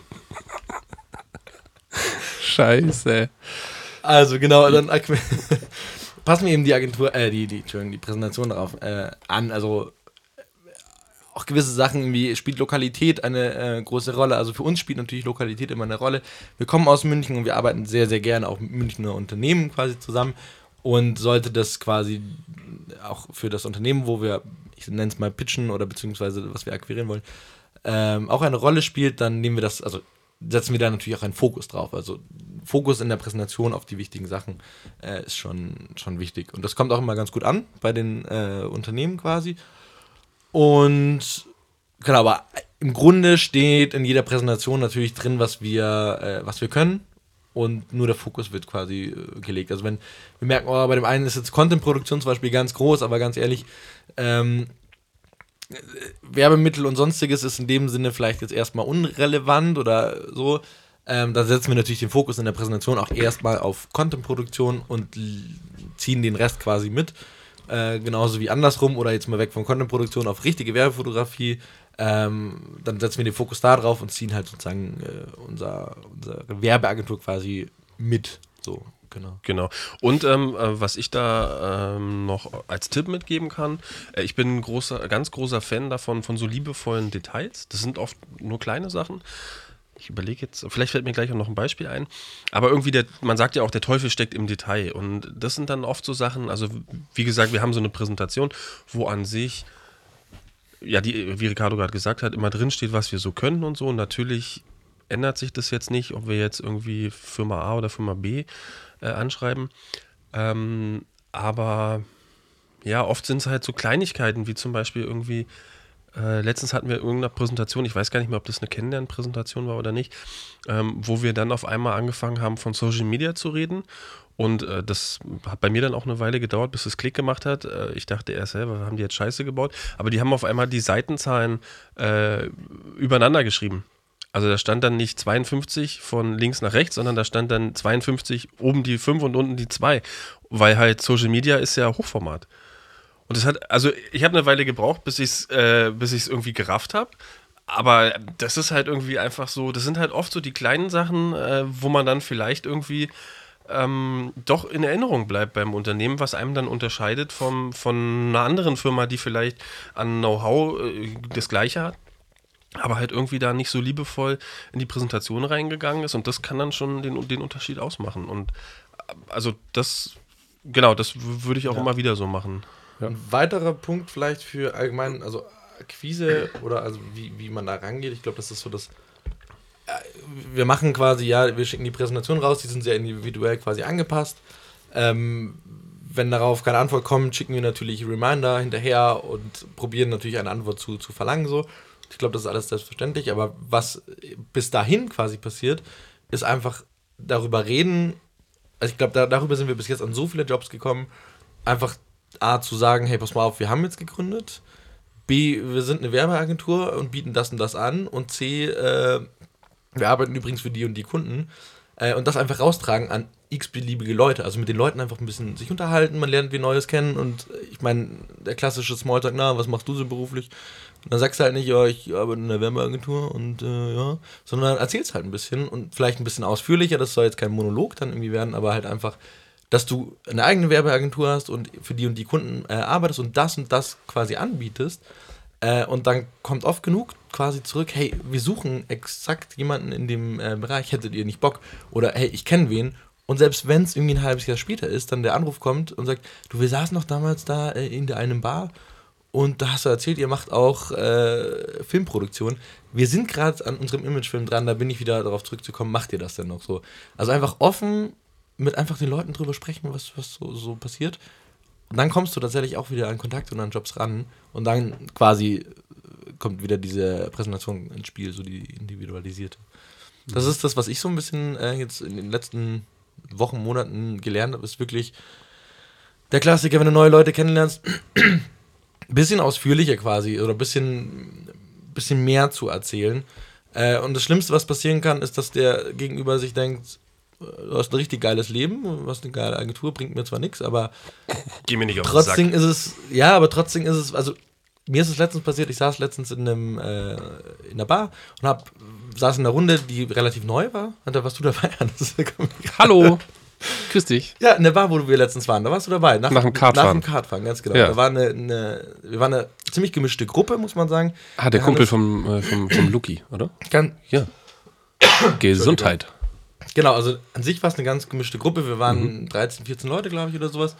Scheiße. Also genau, dann passen wir eben die Agentur, äh, die, die, Entschuldigung, die Präsentation darauf äh, an, also auch gewisse Sachen wie spielt Lokalität eine äh, große Rolle. Also für uns spielt natürlich Lokalität immer eine Rolle. Wir kommen aus München und wir arbeiten sehr, sehr gerne auch mit Münchner Unternehmen quasi zusammen. Und sollte das quasi auch für das Unternehmen, wo wir, ich nenne es mal pitchen oder beziehungsweise was wir akquirieren wollen, ähm, auch eine Rolle spielt, dann nehmen wir das, also setzen wir da natürlich auch einen Fokus drauf. Also Fokus in der Präsentation auf die wichtigen Sachen äh, ist schon, schon wichtig. Und das kommt auch immer ganz gut an bei den äh, Unternehmen quasi. Und genau, aber im Grunde steht in jeder Präsentation natürlich drin, was wir, äh, was wir können und nur der Fokus wird quasi äh, gelegt. Also wenn wir merken, oh, bei dem einen ist jetzt Content-Produktion zum Beispiel ganz groß, aber ganz ehrlich, ähm, Werbemittel und sonstiges ist in dem Sinne vielleicht jetzt erstmal unrelevant oder so. Ähm, da setzen wir natürlich den Fokus in der Präsentation auch erstmal auf Content-Produktion und l- ziehen den Rest quasi mit. Äh, genauso wie andersrum oder jetzt mal weg von Content-Produktion auf richtige Werbefotografie, ähm, dann setzen wir den Fokus da drauf und ziehen halt sozusagen äh, unser, unsere Werbeagentur quasi mit. So, Genau. Genau. Und ähm, was ich da ähm, noch als Tipp mitgeben kann, äh, ich bin ein großer, ganz großer Fan davon, von so liebevollen Details. Das sind oft nur kleine Sachen. Ich überlege jetzt, vielleicht fällt mir gleich auch noch ein Beispiel ein, aber irgendwie, der, man sagt ja auch, der Teufel steckt im Detail und das sind dann oft so Sachen, also wie gesagt, wir haben so eine Präsentation, wo an sich, ja, die, wie Ricardo gerade gesagt hat, immer drin steht, was wir so können und so und natürlich ändert sich das jetzt nicht, ob wir jetzt irgendwie Firma A oder Firma B äh, anschreiben, ähm, aber ja, oft sind es halt so Kleinigkeiten, wie zum Beispiel irgendwie Äh, letztens hatten wir irgendeine Präsentation, ich weiß gar nicht mehr, ob das eine Kennenlernpräsentation war oder nicht, ähm, wo wir dann auf einmal angefangen haben, von Social Media zu reden. Und äh, das hat bei mir dann auch eine Weile gedauert, bis es Klick gemacht hat. Äh, ich dachte erst selber, haben die jetzt Scheiße gebaut? Aber die haben auf einmal die Seitenzahlen äh, übereinander geschrieben. Also da stand dann nicht zweiundfünfzig von links nach rechts, sondern da stand dann zweiundfünfzig, oben die fünf und unten die zwei. Weil halt Social Media ist ja Hochformat. Und das hat, also ich habe eine Weile gebraucht, bis ich es äh, bis ich es irgendwie gerafft habe. Aber das ist halt irgendwie einfach so, das sind halt oft so die kleinen Sachen, äh, wo man dann vielleicht irgendwie ähm, doch in Erinnerung bleibt beim Unternehmen, was einem dann unterscheidet vom, von einer anderen Firma, die vielleicht an Know-how äh, das Gleiche hat, aber halt irgendwie da nicht so liebevoll in die Präsentation reingegangen ist. Und das kann dann schon den, den Unterschied ausmachen. Und also das, genau, das würde ich auch ja. immer wieder so machen. Ja. Ein weiterer Punkt vielleicht für allgemein, also Akquise oder also wie, wie man da rangeht, ich glaube, das ist so das, äh, wir machen quasi, ja, wir schicken die Präsentation raus, die sind sehr individuell quasi angepasst. Ähm, wenn darauf keine Antwort kommt, schicken wir natürlich Reminder hinterher und probieren natürlich eine Antwort zu, zu verlangen. So. Ich glaube, das ist alles selbstverständlich, aber was bis dahin quasi passiert, ist einfach darüber reden, also ich glaube, da, darüber sind wir bis jetzt an so viele Jobs gekommen, einfach A, zu sagen, hey, pass mal auf, wir haben jetzt gegründet. B, wir sind eine Werbeagentur und bieten das und das an. Und C, äh, wir arbeiten übrigens für die und die Kunden. Äh, und das einfach raustragen an x-beliebige Leute. Also mit den Leuten einfach ein bisschen sich unterhalten, man lernt wie Neues kennen. Und ich meine, der klassische Smalltalk, na, was machst du so beruflich? Und dann sagst du halt nicht, ja, ich arbeite in einer Werbeagentur und äh, ja, sondern erzählst halt ein bisschen und vielleicht ein bisschen ausführlicher. Das soll jetzt kein Monolog dann irgendwie werden, aber halt einfach, dass du eine eigene Werbeagentur hast und für die und die Kunden äh, arbeitest und das und das quasi anbietest. Äh, und dann kommt oft genug quasi zurück, hey, wir suchen exakt jemanden in dem äh, Bereich, hättet ihr nicht Bock? Oder hey, ich kenne wen. Und selbst wenn es irgendwie ein halbes Jahr später ist, dann der Anruf kommt und sagt, du, wir saßen noch damals da äh, in der einen Bar und da hast du erzählt, ihr macht auch äh, Filmproduktion. Wir sind gerade an unserem Imagefilm dran, da bin ich wieder darauf zurückzukommen, macht ihr das denn noch so? Also einfach offen mit einfach den Leuten drüber sprechen, was, was so, so passiert. Und dann kommst du tatsächlich auch wieder an Kontakte und an Jobs ran. Und dann quasi kommt wieder diese Präsentation ins Spiel, so die individualisierte. Das ist das, was ich so ein bisschen äh, jetzt in den letzten Wochen, Monaten gelernt habe, ist wirklich der Klassiker, wenn du neue Leute kennenlernst, ein bisschen ausführlicher quasi oder ein bisschen, bisschen mehr zu erzählen. Äh, und das Schlimmste, was passieren kann, ist, dass der Gegenüber sich denkt, du hast ein richtig geiles Leben, du hast eine geile Agentur, bringt mir zwar nichts, aber Geh mir nicht auf trotzdem den Sack. ist es, ja, aber trotzdem ist es, also mir ist es letztens passiert, ich saß letztens in einem, äh, in einer Bar und hab, saß in einer Runde, die relativ neu war. Und da warst du dabei. Hallo, grüß dich. Ja, in der Bar, wo wir letztens waren, da warst du dabei. Nach, nach dem Kartfahren. Nach dem Kartfahren, ganz genau. Ja. Da war eine, eine, wir waren eine ziemlich gemischte Gruppe, muss man sagen. Ah, der Kumpel vom, äh, vom, vom Luki, oder? Kann, ja. Gesundheit. Genau, also an sich war es eine ganz gemischte Gruppe. Wir waren mhm. dreizehn, vierzehn Leute, glaube ich, oder sowas.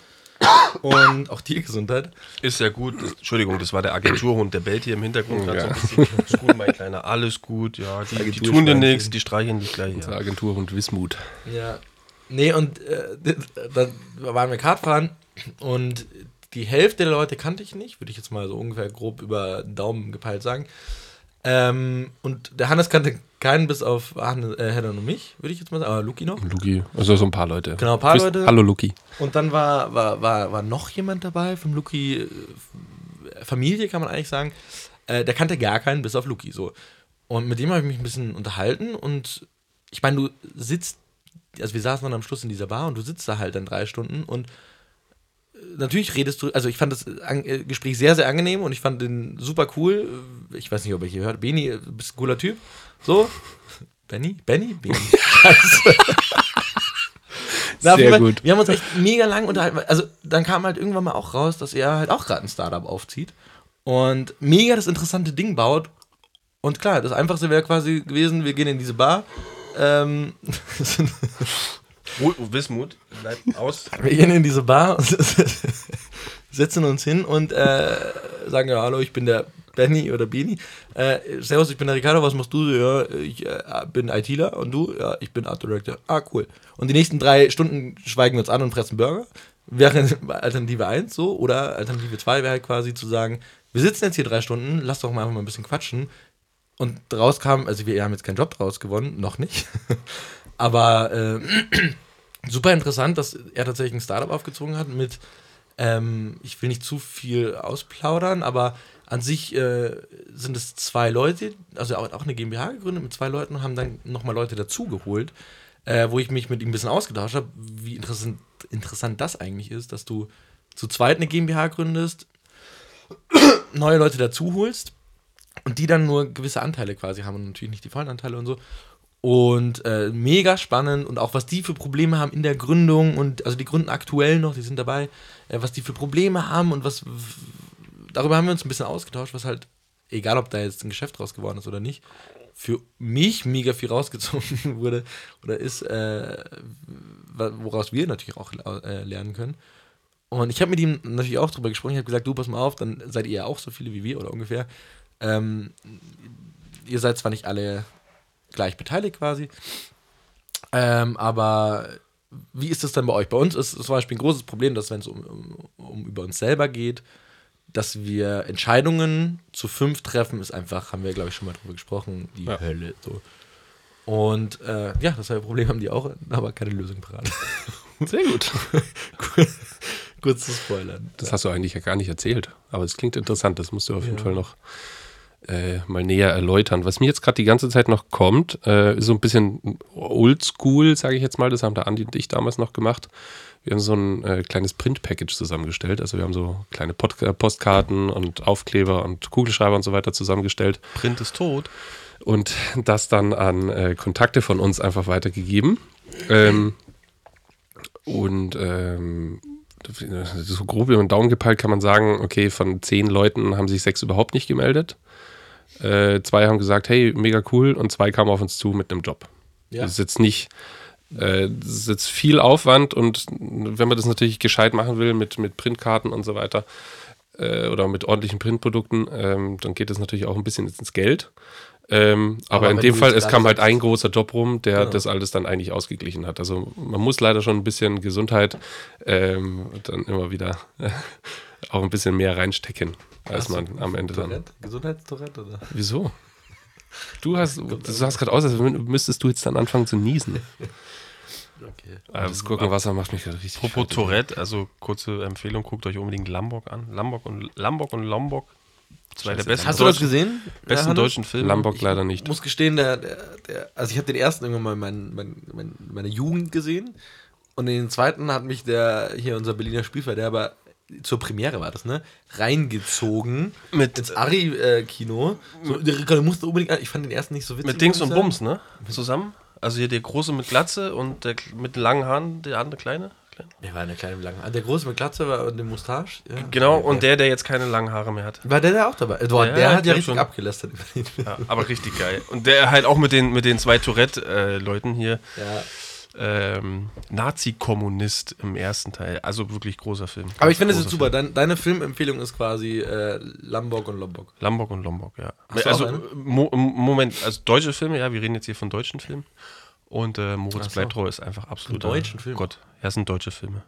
Und auch die Gesundheit. Ist ja gut. Entschuldigung, das war der Agenturhund, der bellt hier im Hintergrund. Ja. So ein bisschen. Ist gut, mein Kleiner, alles gut. Ja, die, die tun dir nichts, die streichen dich gleich. Unser Ja. Agenturhund Wismut. Ja. Nee, und äh, dann waren wir Kartfahren und die Hälfte der Leute kannte ich nicht, würde ich jetzt mal so ungefähr grob über den Daumen gepeilt sagen. Ähm, und der Hannes kannte keinen, bis auf Hannes, äh, Hedda und mich, würde ich jetzt mal sagen. Aber Luki noch. Luki, also so ein paar Leute. Genau, ein paar Grüß, Leute. Hallo Luki. Und dann war, war, war, war noch jemand dabei, vom Luki, äh, Familie kann man eigentlich sagen. Äh, der kannte gar keinen, bis auf Luki. So. Und mit dem habe ich mich ein bisschen unterhalten. Und ich meine, du sitzt, also wir saßen dann am Schluss in dieser Bar und du sitzt da halt dann drei Stunden und natürlich redest du, also ich fand das Gespräch sehr, sehr angenehm und ich fand den super cool. Ich weiß nicht, ob ihr hier hört. Beni, du bist ein cooler Typ. So. Benny? Benny? Benny. Scheiße. Sehr Fall, gut. Wir haben uns echt mega lang unterhalten. Also dann kam halt irgendwann mal auch raus, dass er halt auch gerade ein Startup aufzieht und mega das interessante Ding baut. Und klar, das Einfachste wäre quasi gewesen, wir gehen in diese Bar. Ähm, Wismut, bleib aus. Wir gehen in diese Bar und setzen uns hin und äh, sagen, ja, hallo, ich bin der Benny oder Beni. Äh, servus, ich bin der Ricardo, was machst du? Ja, ich äh, bin ITler und du? Ja, ich bin Art Director. Ah, cool. Und die nächsten drei Stunden schweigen wir uns an und fressen Burger. Wäre Alternative eins so, oder Alternative zwei wäre halt quasi zu sagen, wir sitzen jetzt hier drei Stunden, lass doch mal einfach mal ein bisschen quatschen. Und raus kam, also wir haben jetzt keinen Job draus gewonnen, noch nicht. Aber äh, super interessant, dass er tatsächlich ein Startup aufgezogen hat mit, ähm, ich will nicht zu viel ausplaudern, aber an sich äh, sind es zwei Leute, also auch, auch eine GmbH gegründet mit zwei Leuten und haben dann nochmal Leute dazugeholt, äh, wo ich mich mit ihm ein bisschen ausgetauscht habe, wie interessant, interessant das eigentlich ist, dass du zu zweit eine GmbH gründest, neue Leute dazu holst und die dann nur gewisse Anteile quasi haben und natürlich nicht die vollen Anteile und so. Und äh, mega spannend und auch was die für Probleme haben in der Gründung und also die gründen aktuell noch, die sind dabei, äh, was die für Probleme haben und was, darüber haben wir uns ein bisschen ausgetauscht, was halt, egal ob da jetzt ein Geschäft draus geworden ist oder nicht, für mich mega viel rausgezogen wurde oder ist, äh, woraus wir natürlich auch äh, lernen können. Und ich habe mit ihm natürlich auch drüber gesprochen, ich habe gesagt, du, pass mal auf, dann seid ihr ja auch so viele wie wir oder ungefähr. Ähm, ihr seid zwar nicht alle gleich beteiligt quasi. Ähm, aber wie ist das dann bei euch? Bei uns ist es zum Beispiel ein großes Problem, dass wenn es um, um, um über uns selber geht, dass wir Entscheidungen zu fünf treffen, ist einfach, haben wir glaube ich schon mal drüber gesprochen, die ja. Hölle. So. Und äh, ja, das Problem haben die auch, aber keine Lösung parat. Sehr gut. Kurz zu spoilern. Das hast du eigentlich ja gar nicht erzählt, aber es klingt interessant, das musst du auf jeden ja. Fall noch Äh, mal näher erläutern. Was mir jetzt gerade die ganze Zeit noch kommt, äh, ist so ein bisschen oldschool, sage ich jetzt mal, das haben der Andi und ich damals noch gemacht. Wir haben so ein äh, kleines Print-Package zusammengestellt, also wir haben so kleine Pod- Postkarten und Aufkleber und Kugelschreiber und so weiter zusammengestellt. Print ist tot. Und das dann an äh, Kontakte von uns einfach weitergegeben. Ähm, und ähm, so grob über den Daumen gepeilt kann man sagen, okay, von zehn Leuten haben sich sechs überhaupt nicht gemeldet. Äh, zwei haben gesagt, hey, mega cool, und zwei kamen auf uns zu mit einem Job. Ja. Das ist jetzt nicht, äh, das ist jetzt viel Aufwand, und wenn man das natürlich gescheit machen will mit, mit Printkarten und so weiter äh, oder mit ordentlichen Printprodukten, ähm, dann geht das natürlich auch ein bisschen ins Geld. Ähm, aber, aber in dem Fall, es kam halt ein großer Job rum, der genau. das alles dann eigentlich ausgeglichen hat. Also man muss leider schon ein bisschen Gesundheit ähm, dann immer wieder äh, auch ein bisschen mehr reinstecken, als man am Ende dann... Gesundheitstourette, oder? Wieso? Du hast, du sahst gerade aus, als müsstest du jetzt dann anfangen zu niesen. Okay. Aber das Gurkenwasser macht mich gerade richtig Apropos Tourette, also kurze Empfehlung, guckt euch unbedingt Lombok an. Lombok und Lombok und Lombok. Zwei der besten Hast du das gesehen? Besten deutschen Filme. Lombok leider nicht. Ich muss gestehen, der, der, der, also ich habe den ersten irgendwann mal in mein, mein, meine Jugend gesehen, und den zweiten hat mich der, hier unser Berliner Spielverderber, zur Premiere war das, ne? Reingezogen mit ins Ari-Kino. Äh, so, der Ricardo musste unbedingt, ich fand den ersten nicht so witzig. Mit Dings und Bums, ne? Zusammen. Also hier der Große mit Glatze und der mit langen Haaren, der andere Kleine. Der war eine kleine mit langen Haaren. Der Große mit Glatze war und dem Mustache. Ja. Genau, und der, der jetzt keine langen Haare mehr hat. War der da auch dabei? Boah, ja, der hat ja richtig schon abgelästert über den Film. Ja, aber richtig geil. Und der halt auch mit den, mit den zwei Tourette-Leuten hier. Ja. Ähm, Nazi-Kommunist im ersten Teil. Also wirklich großer Film. Aber ich finde es super. Deine, deine Filmempfehlung ist quasi äh, Lombok und Lombok. Lombok und Lombok, ja. Also, Mo- Moment, also deutsche Filme, ja, wir reden jetzt hier von deutschen Filmen. Und äh, Moritz Bleibtreu ist einfach absolut deutschen Film. Gott, ja, es sind deutsche Filme.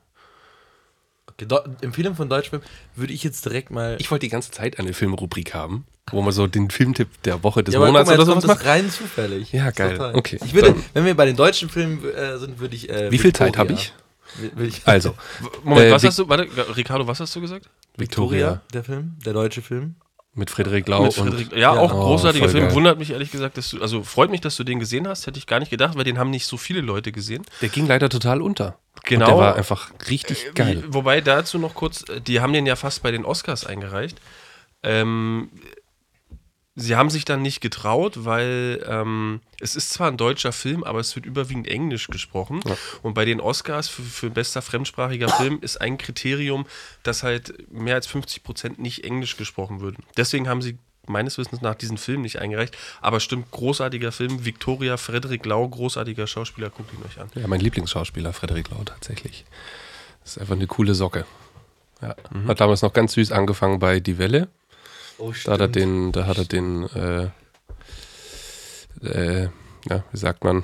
Okay, Do- Empfehlung von deutschen Filmen würde ich jetzt direkt mal... Ich wollte die ganze Zeit eine Filmrubrik haben, wo man so den Filmtipp der Woche, des ja, Monats mal, oder sowas macht. Das rein zufällig. Ja, geil. Okay. Ich würde, wenn wir bei den deutschen Filmen äh, sind, würde ich... Äh, Wie viel Zeit habe ich? Will ich? Also. Moment, äh, was hast du... Warte, Ricardo, was hast du gesagt? Victoria, der Film, der deutsche Film. Mit Frederik Lau. Mit Frederik, und, ja, auch oh, großartiger Film. Geil. Wundert mich ehrlich gesagt, dass du, also freut mich, dass du den gesehen hast. Hätte ich gar nicht gedacht, weil den haben nicht so viele Leute gesehen. Der ging leider total unter. Genau. Und der war einfach richtig äh, geil. Wie, wobei dazu noch kurz, die haben den ja fast bei den Oscars eingereicht. Ähm, sie haben sich dann nicht getraut, weil ähm, es ist zwar ein deutscher Film, aber es wird überwiegend Englisch gesprochen. Ja. Und bei den Oscars für, für bester fremdsprachiger Film ist ein Kriterium, dass halt mehr als fünfzig Prozent nicht Englisch gesprochen wird. Deswegen haben sie meines Wissens nach diesen Film nicht eingereicht. Aber stimmt, großartiger Film. Victoria, Frederik Lau, großartiger Schauspieler. Guckt ihn euch an. Ja, mein Lieblingsschauspieler, Frederik Lau, tatsächlich. Das ist einfach eine coole Socke. Ja. Mhm. Hat damals noch ganz süß angefangen bei Die Welle. Oh, da hat er den, da hat er den, äh, äh, ja, wie sagt man,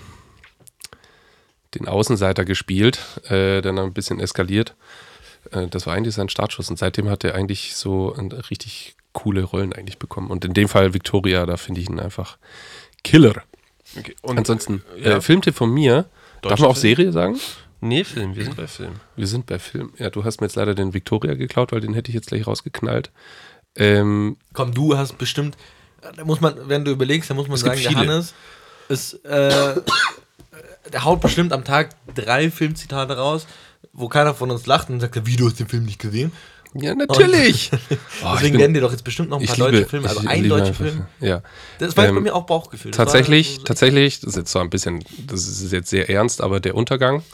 den Außenseiter gespielt, äh, dann ein bisschen eskaliert. Äh, das war eigentlich sein Startschuss und seitdem hat er eigentlich so ein, richtig coole Rollen eigentlich bekommen. Und in dem Fall Victoria, da finde ich ihn einfach Killer. Okay. Und ansonsten, ja. äh, Filmtipp von mir, darf man auch Film? Serie sagen? Nee, Film, wir sind bei Film. Wir sind bei Film. Ja, du hast mir jetzt leider den Victoria geklaut, weil den hätte ich jetzt gleich rausgeknallt. Ähm, Komm, du hast bestimmt, da muss man, wenn du überlegst, dann muss man sagen, der Hannes ist, äh, der haut bestimmt am Tag drei Filmzitate raus, wo keiner von uns lacht und sagt, wie, du hast den Film nicht gesehen? Ja, natürlich! oh, Deswegen nennen dir doch jetzt bestimmt noch ein paar liebe, deutsche Filme, also ein deutscher Film. Ja. Das war ähm, bei mir auch Bauchgefühl. Das tatsächlich, war, tatsächlich, das ist jetzt zwar ein bisschen, das ist jetzt sehr ernst, aber Der Untergang,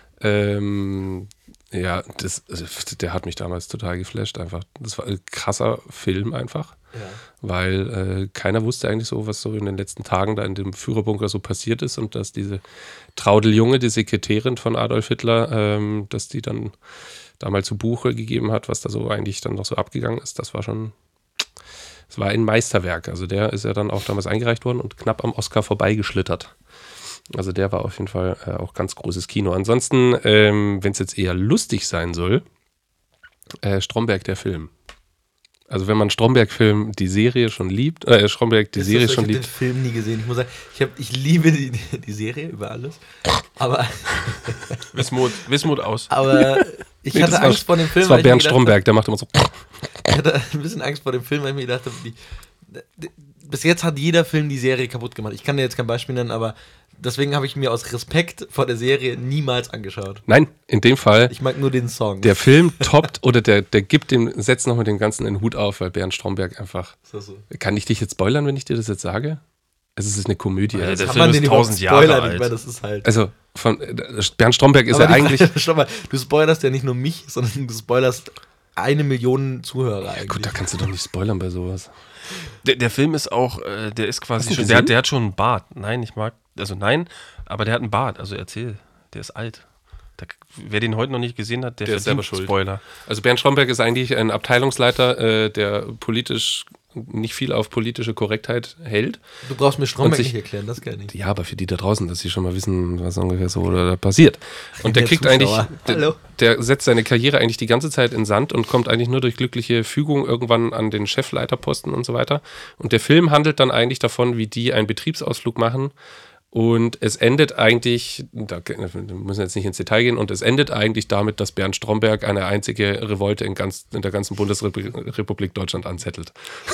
ähm, ja, das, der hat mich damals total geflasht einfach. Das war ein krasser Film einfach, ja. weil äh, keiner wusste eigentlich so, was so in den letzten Tagen da in dem Führerbunker so passiert ist und dass diese Traudel Junge, die Sekretärin von Adolf Hitler, ähm, dass die dann da mal zu Buche gegeben hat, was da so eigentlich dann noch so abgegangen ist. Das war schon, das war ein Meisterwerk. Also der ist ja dann auch damals eingereicht worden und knapp am Oscar vorbeigeschlittert. Also der war auf jeden Fall äh, auch ganz großes Kino. Ansonsten, ähm, wenn es jetzt eher lustig sein soll, äh, Stromberg der Film. Also wenn man Stromberg-Film die Serie schon liebt, äh, Stromberg die Serie so, schon liebt. Ich habe den Film nie gesehen. Ich muss sagen, ich, hab, ich liebe die, die Serie über alles. Aber Wismut, Wismut aus. Aber ich nee, hatte Angst war, vor dem Film. Das war Bernd Stromberg, der macht immer so. Ich hatte ein bisschen Angst vor dem Film, weil ich mir gedacht habe, die, die, bis jetzt hat jeder Film die Serie kaputt gemacht. Ich kann dir jetzt kein Beispiel nennen, aber deswegen habe ich mir aus Respekt vor der Serie niemals angeschaut. Nein, in dem Fall. Ich mag nur den Song. Der Film toppt oder der, der gibt dem, setzt nochmal den ganzen in den Hut auf, weil Bernd Stromberg einfach. Ist das so? Kann ich dich jetzt spoilern, wenn ich dir das jetzt sage? Also es ist eine Komödie. Ja, also der Film ist tausend Jahre alt. Weil das ist halt also von äh, Bernd Stromberg ist ja eigentlich. Schau mal, du spoilerst ja nicht nur mich, sondern du spoilerst eine Million Zuhörer eigentlich. Gut, da kannst du doch nicht spoilern bei sowas. Der, der Film ist auch, äh, der ist quasi schon, der hat, der hat schon einen Bart. Nein, ich mag, also nein, aber der hat einen Bart, also erzähl, der ist alt. Da, wer den heute noch nicht gesehen hat, der, der ist selber schuld. Spoiler. Also Bernd Stromberg ist eigentlich ein Abteilungsleiter, äh, der politisch nicht viel auf politische Korrektheit hält. Du brauchst mir Stromberg sich, nicht erklären, das kann ich. Ja, aber für die da draußen, dass sie schon mal wissen, was ungefähr so da passiert. Und der, der kriegt Zuschauer. eigentlich, der, der setzt seine Karriere eigentlich die ganze Zeit in Sand und kommt eigentlich nur durch glückliche Fügung irgendwann an den Chefleiterposten und so weiter. Und der Film handelt dann eigentlich davon, wie die einen Betriebsausflug machen. Und es endet eigentlich, da wir müssen jetzt nicht ins Detail gehen, und es endet eigentlich damit, dass Bernd Stromberg eine einzige Revolte in, ganz, in der ganzen Bundesrepublik Deutschland anzettelt.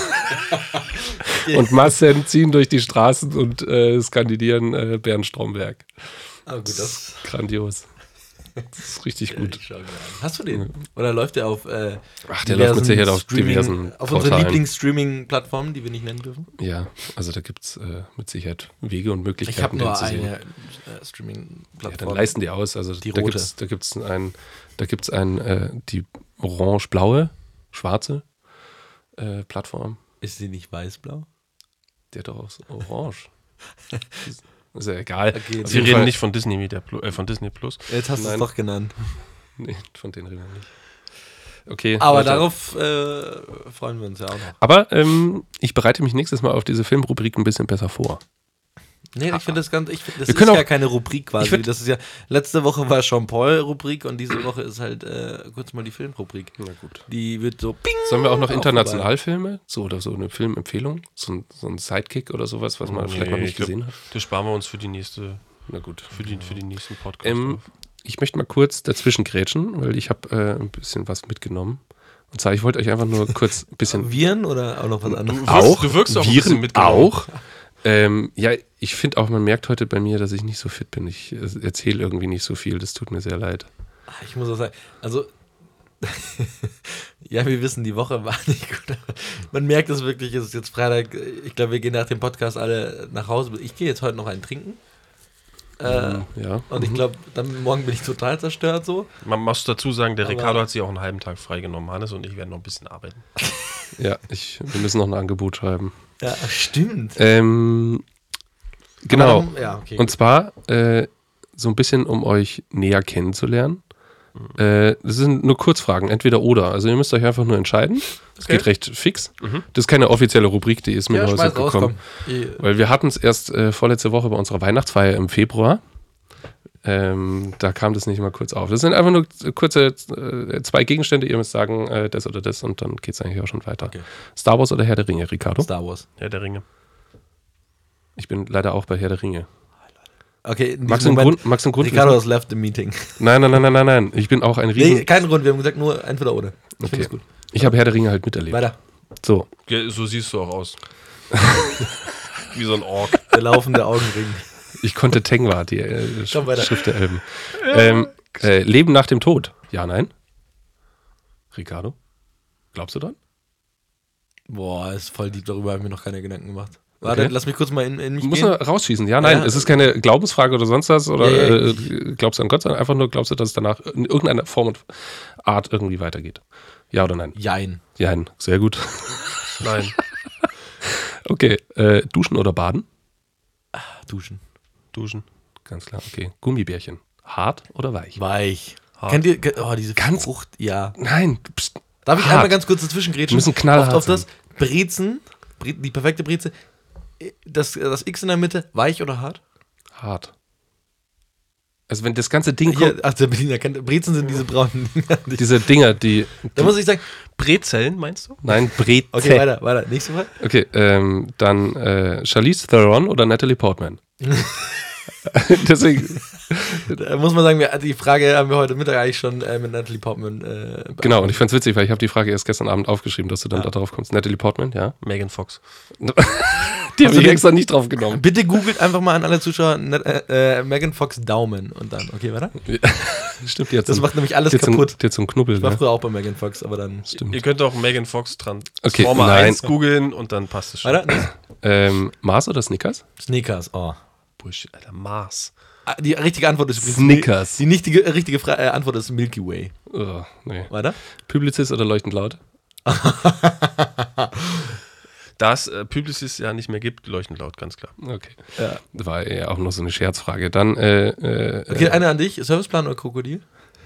Und Massen ziehen durch die Straßen und äh, skandieren äh, Bernd Stromberg. Oh, gut, das ist grandios. Das ist richtig ja, gut. Hast du den? Oder läuft der auf äh, Ach, der läuft mit Sicherheit auf diversen Auf unseren Lieblings-Streaming-Plattformen, die wir nicht nennen dürfen? Ja, also da gibt es äh, mit Sicherheit Wege und Möglichkeiten. Ich habe nur eine äh, Streaming-Plattform. Ja, dann leisten die aus. Also die da rote. Gibt's, da gibt es ein, da gibt's ein, äh, die orange-blaue, schwarze äh, Plattform. Ist sie nicht weiß-blau? Der hat doch auch orange. Ist ja egal. Okay, Sie reden Fall nicht von Disney Media Plus, äh, von Disney Plus. Jetzt hast du es doch genannt. Nee, von denen reden wir nicht. Okay. Aber Leute, darauf äh, freuen wir uns ja auch noch. Aber ähm, ich bereite mich nächstes Mal auf diese Filmrubrik ein bisschen besser vor. Nee, ich finde das ganz, ich find, das wir ist ja auch, keine Rubrik quasi. Find, das ist ja, letzte Woche war Jean-Paul-Rubrik und diese Woche ist halt äh, kurz mal die Filmrubrik. Na gut. Die wird so ping. Sollen wir auch noch international Filme? So oder so eine Filmempfehlung? So ein, so ein Sidekick oder sowas, was man nee, vielleicht noch nicht gesehen glaub, hat? Das sparen wir uns für die nächste, na gut, für, die, für den nächsten Podcast. Ähm, ich möchte mal kurz dazwischen grätschen, weil ich habe äh, ein bisschen was mitgenommen. Und zwar, ich wollte euch einfach nur kurz ein bisschen... Viren oder auch noch was anderes? Du wirkst, auch, du wirkst auch Viren ein bisschen mitgenommen. Auch. Ähm, ja, ich finde auch, man merkt heute bei mir, dass ich nicht so fit bin. Ich äh, erzähle irgendwie nicht so viel. Das tut mir sehr leid. Ich muss auch sagen, also ja, wir wissen, die Woche war nicht gut. Man merkt es wirklich, es ist jetzt Freitag. Ich glaube, wir gehen nach dem Podcast alle nach Hause. Ich gehe jetzt heute noch einen trinken. Äh, ja. Und ich glaube, dann morgen bin ich total zerstört so. Man muss dazu sagen, der Aber Ricardo hat sich auch einen halben Tag freigenommen. Hannes und ich werden noch ein bisschen arbeiten. Ja, ich, wir müssen noch ein Angebot schreiben. Ja, stimmt. Ähm, genau. Dann, ja, okay. Und zwar äh, so ein bisschen, um euch näher kennenzulernen. Mhm. Äh, das sind nur Kurzfragen, entweder oder. Also ihr müsst euch einfach nur entscheiden. Das okay. geht recht fix. Mhm. Das ist keine offizielle Rubrik, die ist mir ja, nur so gekommen. Weil wir hatten es erst äh, vorletzte Woche bei unserer Weihnachtsfeier im Februar. Ähm, da kam das nicht mal kurz auf. Das sind einfach nur kurze äh, zwei Gegenstände. Ihr müsst sagen, äh, das oder das und dann geht es eigentlich auch schon weiter. Okay. Star Wars oder Herr der Ringe, Ricardo? Star Wars. Herr der Ringe. Ich bin leider auch bei Herr der Ringe. Okay, Max im Grund, Max im Grund Ricardo has left the meeting. Nein, nein, nein, nein, nein, nein. Ich bin auch ein Riesen... Nee, kein Grund, wir haben gesagt nur entweder oder. Ich okay. finde es gut. Ich habe Herr der Ringe halt miterlebt. Weiter. So. Ja, so siehst du auch aus. Wie so ein Ork. Der laufende Augenring. Ich konnte Tengwa, die äh, Schrift der Elben. Ja. Ähm, äh, Leben nach dem Tod. Ja, nein? Ricardo? Glaubst du dran? Boah, ist voll deep, darüber haben wir noch keine Gedanken gemacht. Warte, okay. Lass mich kurz mal in, in mich Du musst gehen. nur rausschießen. Ja, nein, ja. Es ist keine Glaubensfrage oder sonst was. Oder ja, ja, äh, glaubst du an Gott, sondern einfach nur glaubst du, dass es danach in irgendeiner Form und Art irgendwie weitergeht. Ja oder nein? Jein. Jein, sehr gut. Nein. Okay, äh, duschen oder baden? Duschen. Duschen, ganz klar. Okay, Gummibärchen. Hart oder weich? Weich. Hart. Kennt ihr, oh, diese ganz Frucht, ja. Nein. Pst, Darf ich hart. einmal ganz kurz dazwischen grätschen? Müssen knallhart auf, auf das Brezen, die perfekte Breze, das, das X in der Mitte, weich oder hart? Hart. Also wenn das ganze Ding Hier, kommt... ach, der Berliner kennt, Brezen sind diese braunen Dinger. Die, diese Dinger, die... Da muss ich sagen... Brezellen, meinst du? Nein, Brezel. Okay, weiter, weiter. Nächste Mal. Okay, ähm, dann äh, Charlize Theron oder Natalie Portman? Deswegen... Da muss man sagen, wir, die Frage haben wir heute Mittag eigentlich schon äh, mit Natalie Portman äh, Genau, und ich fand's witzig, weil ich habe die Frage erst gestern Abend aufgeschrieben, dass du dann ja. da drauf kommst. Natalie Portman, ja? Megan Fox. Die habe ich extra nicht drauf genommen. Bitte googelt einfach mal an alle Zuschauer äh, äh, Megan Fox Daumen und dann, okay, weiter? Stimmt, jetzt. Das macht nämlich alles kaputt. Jetzt so ein Knubbel. Ich war ne? früher auch bei Megan Fox, aber dann... Stimmt. Ihr könnt auch Megan Fox Transformer okay, eins googeln und dann passt es schon. Weiter? Ähm, Mars oder Snickers? Snickers, oh. Bullshit, Alter, Mars. Die richtige Antwort ist Snickers. Die nichtige, richtige Fra- äh, Antwort ist Milky Way. Oh, nee. Weiter? Publicis oder leuchtend laut? Da es äh, Publicis ja nicht mehr gibt, leuchtend laut, ganz klar. Okay. Ja. Das war ja auch noch so eine Scherzfrage. Dann, äh, äh, Okay, eine an dich. Serviceplan oder Krokodil?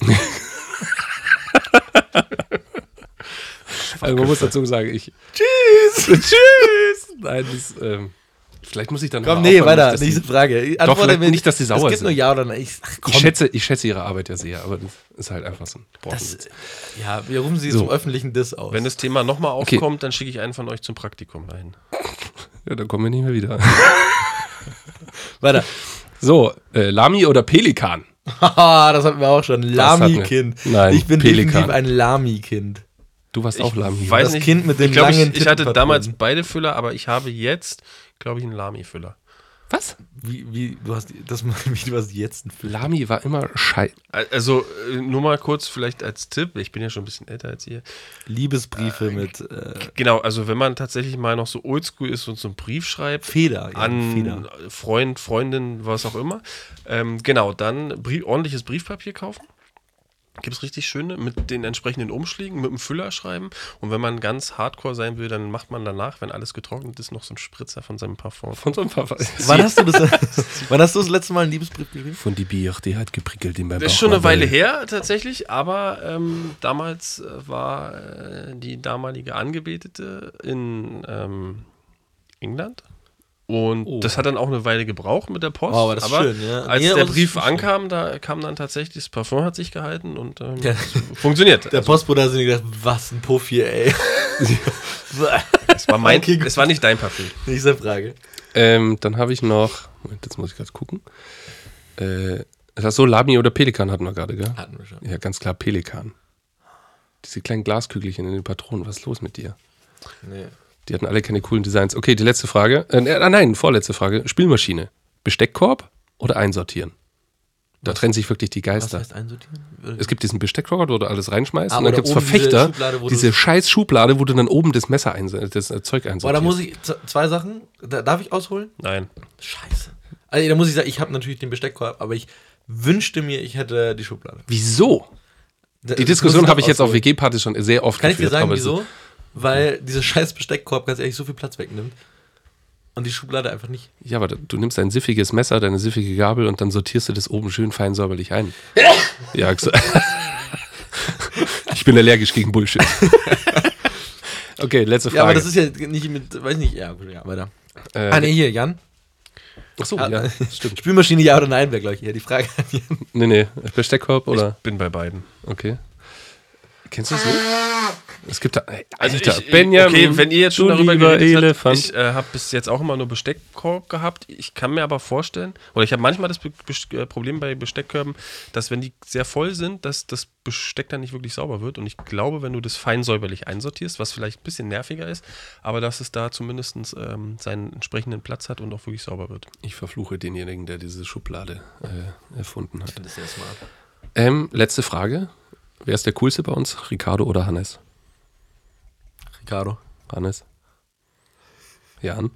Also man muss dazu sagen, ich... Tschüss! Tschüss! Nein, das, ähm, vielleicht muss ich dann... Komm, nee, weiter. Nicht, nächste Frage. Doch, vielleicht nicht, dass die sauer sind. Es gibt nur Ja oder Nein. Ich, ach, ich, schätze, ich schätze ihre Arbeit ja sehr, aber das ist halt einfach so ein das, Ja, wir rufen sie so. zum öffentlichen Diss aus. Wenn das Thema nochmal aufkommt, okay. dann schicke ich einen von euch zum Praktikum dahin. Ja, dann kommen wir nicht mehr wieder. Weiter. So, äh, Lami oder Pelikan? Haha, das hatten wir auch schon. Lami-Kind. Nein, ich bin Pelikan. definitiv ein Lami-Kind. Du warst ich auch Lami. Weiß das nicht, Kind mit den ich glaub, langen ich, ich hatte damals beide Füller, aber ich habe jetzt, glaube ich, einen Lami-Füller. Was? Wie, wie, du hast, das, wie, du hast jetzt einen Füller? Lami war immer scheiße. Also, nur mal kurz vielleicht als Tipp, ich bin ja schon ein bisschen älter als ihr. Liebesbriefe äh, mit... Äh, genau, also wenn man tatsächlich mal noch so oldschool ist und so einen Brief schreibt. Feder. Ja, an Feder. Freund, Freundin, was auch immer. Ähm, genau, dann Brief, ordentliches Briefpapier kaufen. Gibt es richtig schöne mit den entsprechenden Umschlägen, mit dem Füller schreiben. Und wenn man ganz hardcore sein will, dann macht man danach, wenn alles getrocknet ist, noch so einen Spritzer von seinem Parfum. Von so einem Parfum. Wann hast du das, wann hast du das letzte Mal einen Liebesbrief geschrieben? Von die Bier, die hat geprickelt in meinem Bauch. Das ist schon eine Weile her, tatsächlich. Aber ähm, damals äh, war äh, die damalige Angebetete in ähm, England. Und oh. das hat dann auch eine Weile gebraucht mit der Post. Oh, aber das aber ist schön, ja. als ja, der Brief ankam, da kam dann tatsächlich, das Parfum hat sich gehalten und ähm, ja. funktioniert. Der also, Postbote hat sich gedacht, was ein Puff hier, ey. Es war, mein, okay, es war nicht dein Parfüm. Nächste Frage. Ähm, dann habe ich noch, Moment, jetzt muss ich gerade gucken. Äh, das ist so, Lami oder Pelikan hatten wir gerade, gell? Hatten wir schon. Ja, ganz klar, Pelikan. Diese kleinen Glaskügelchen in den Patronen, was ist los mit dir? Nee. Die hatten alle keine coolen Designs. Okay, die letzte Frage. Äh, nein, vorletzte Frage. Spielmaschine. Besteckkorb oder einsortieren? Da trennen sich wirklich die Geister. Was heißt einsortieren? Es gibt diesen Besteckrocker, wo du alles reinschmeißt. Ah, und dann gibt es Verfechter, diese, Schublade, diese scheiß Schublade, wo du dann oben das Messer, eins, das Zeug einsortierst. Boah, da muss ich, z- zwei Sachen. Da, darf ich ausholen? Nein. Scheiße. Also da muss ich sagen, ich habe natürlich den Besteckkorb, aber ich wünschte mir, ich hätte die Schublade. Wieso? Da, die Diskussion habe ich jetzt auf W G-Partys schon sehr oft Kann geführt. ich dir sagen, aber wieso? Weil dieser scheiß Besteckkorb ganz ehrlich so viel Platz wegnimmt. Und die Schublade einfach nicht. Ja, aber du nimmst dein siffiges Messer, deine siffige Gabel und dann sortierst du das oben schön fein säuberlich ein. Ja, ich bin allergisch gegen Bullshit. Okay, letzte Frage. Ja, aber das ist ja nicht mit, weiß nicht, ja, ja weiter. Äh, ah, nee, hier, Jan. Achso, Ah, ja, stimmt. Spülmaschine, ja oder nein, wäre, glaube ich, hier die Frage an Jan. Nee, nee, Besteckkorb oder? Ich bin bei beiden. Okay. Kennst du es nicht? Es gibt da, ey, Also Alter, ich, Benjamin, okay, wenn ihr jetzt schon du darüber lieber geredet habt, Elefant. ich äh, habe bis jetzt auch immer nur Besteckkorb gehabt. Ich kann mir aber vorstellen, oder ich habe manchmal das Be- Be- Problem bei Besteckkörben, dass wenn die sehr voll sind, dass das Besteck dann nicht wirklich sauber wird. Und ich glaube, wenn du das fein säuberlich einsortierst, was vielleicht ein bisschen nerviger ist, aber dass es da zumindest ähm, seinen entsprechenden Platz hat und auch wirklich sauber wird. Ich verfluche denjenigen, der diese Schublade äh, erfunden hat. Ich finde das sehr smart. Ähm, letzte Frage. Wer ist der Coolste bei uns? Ricardo oder Hannes? Ricardo. Hannes? Jan?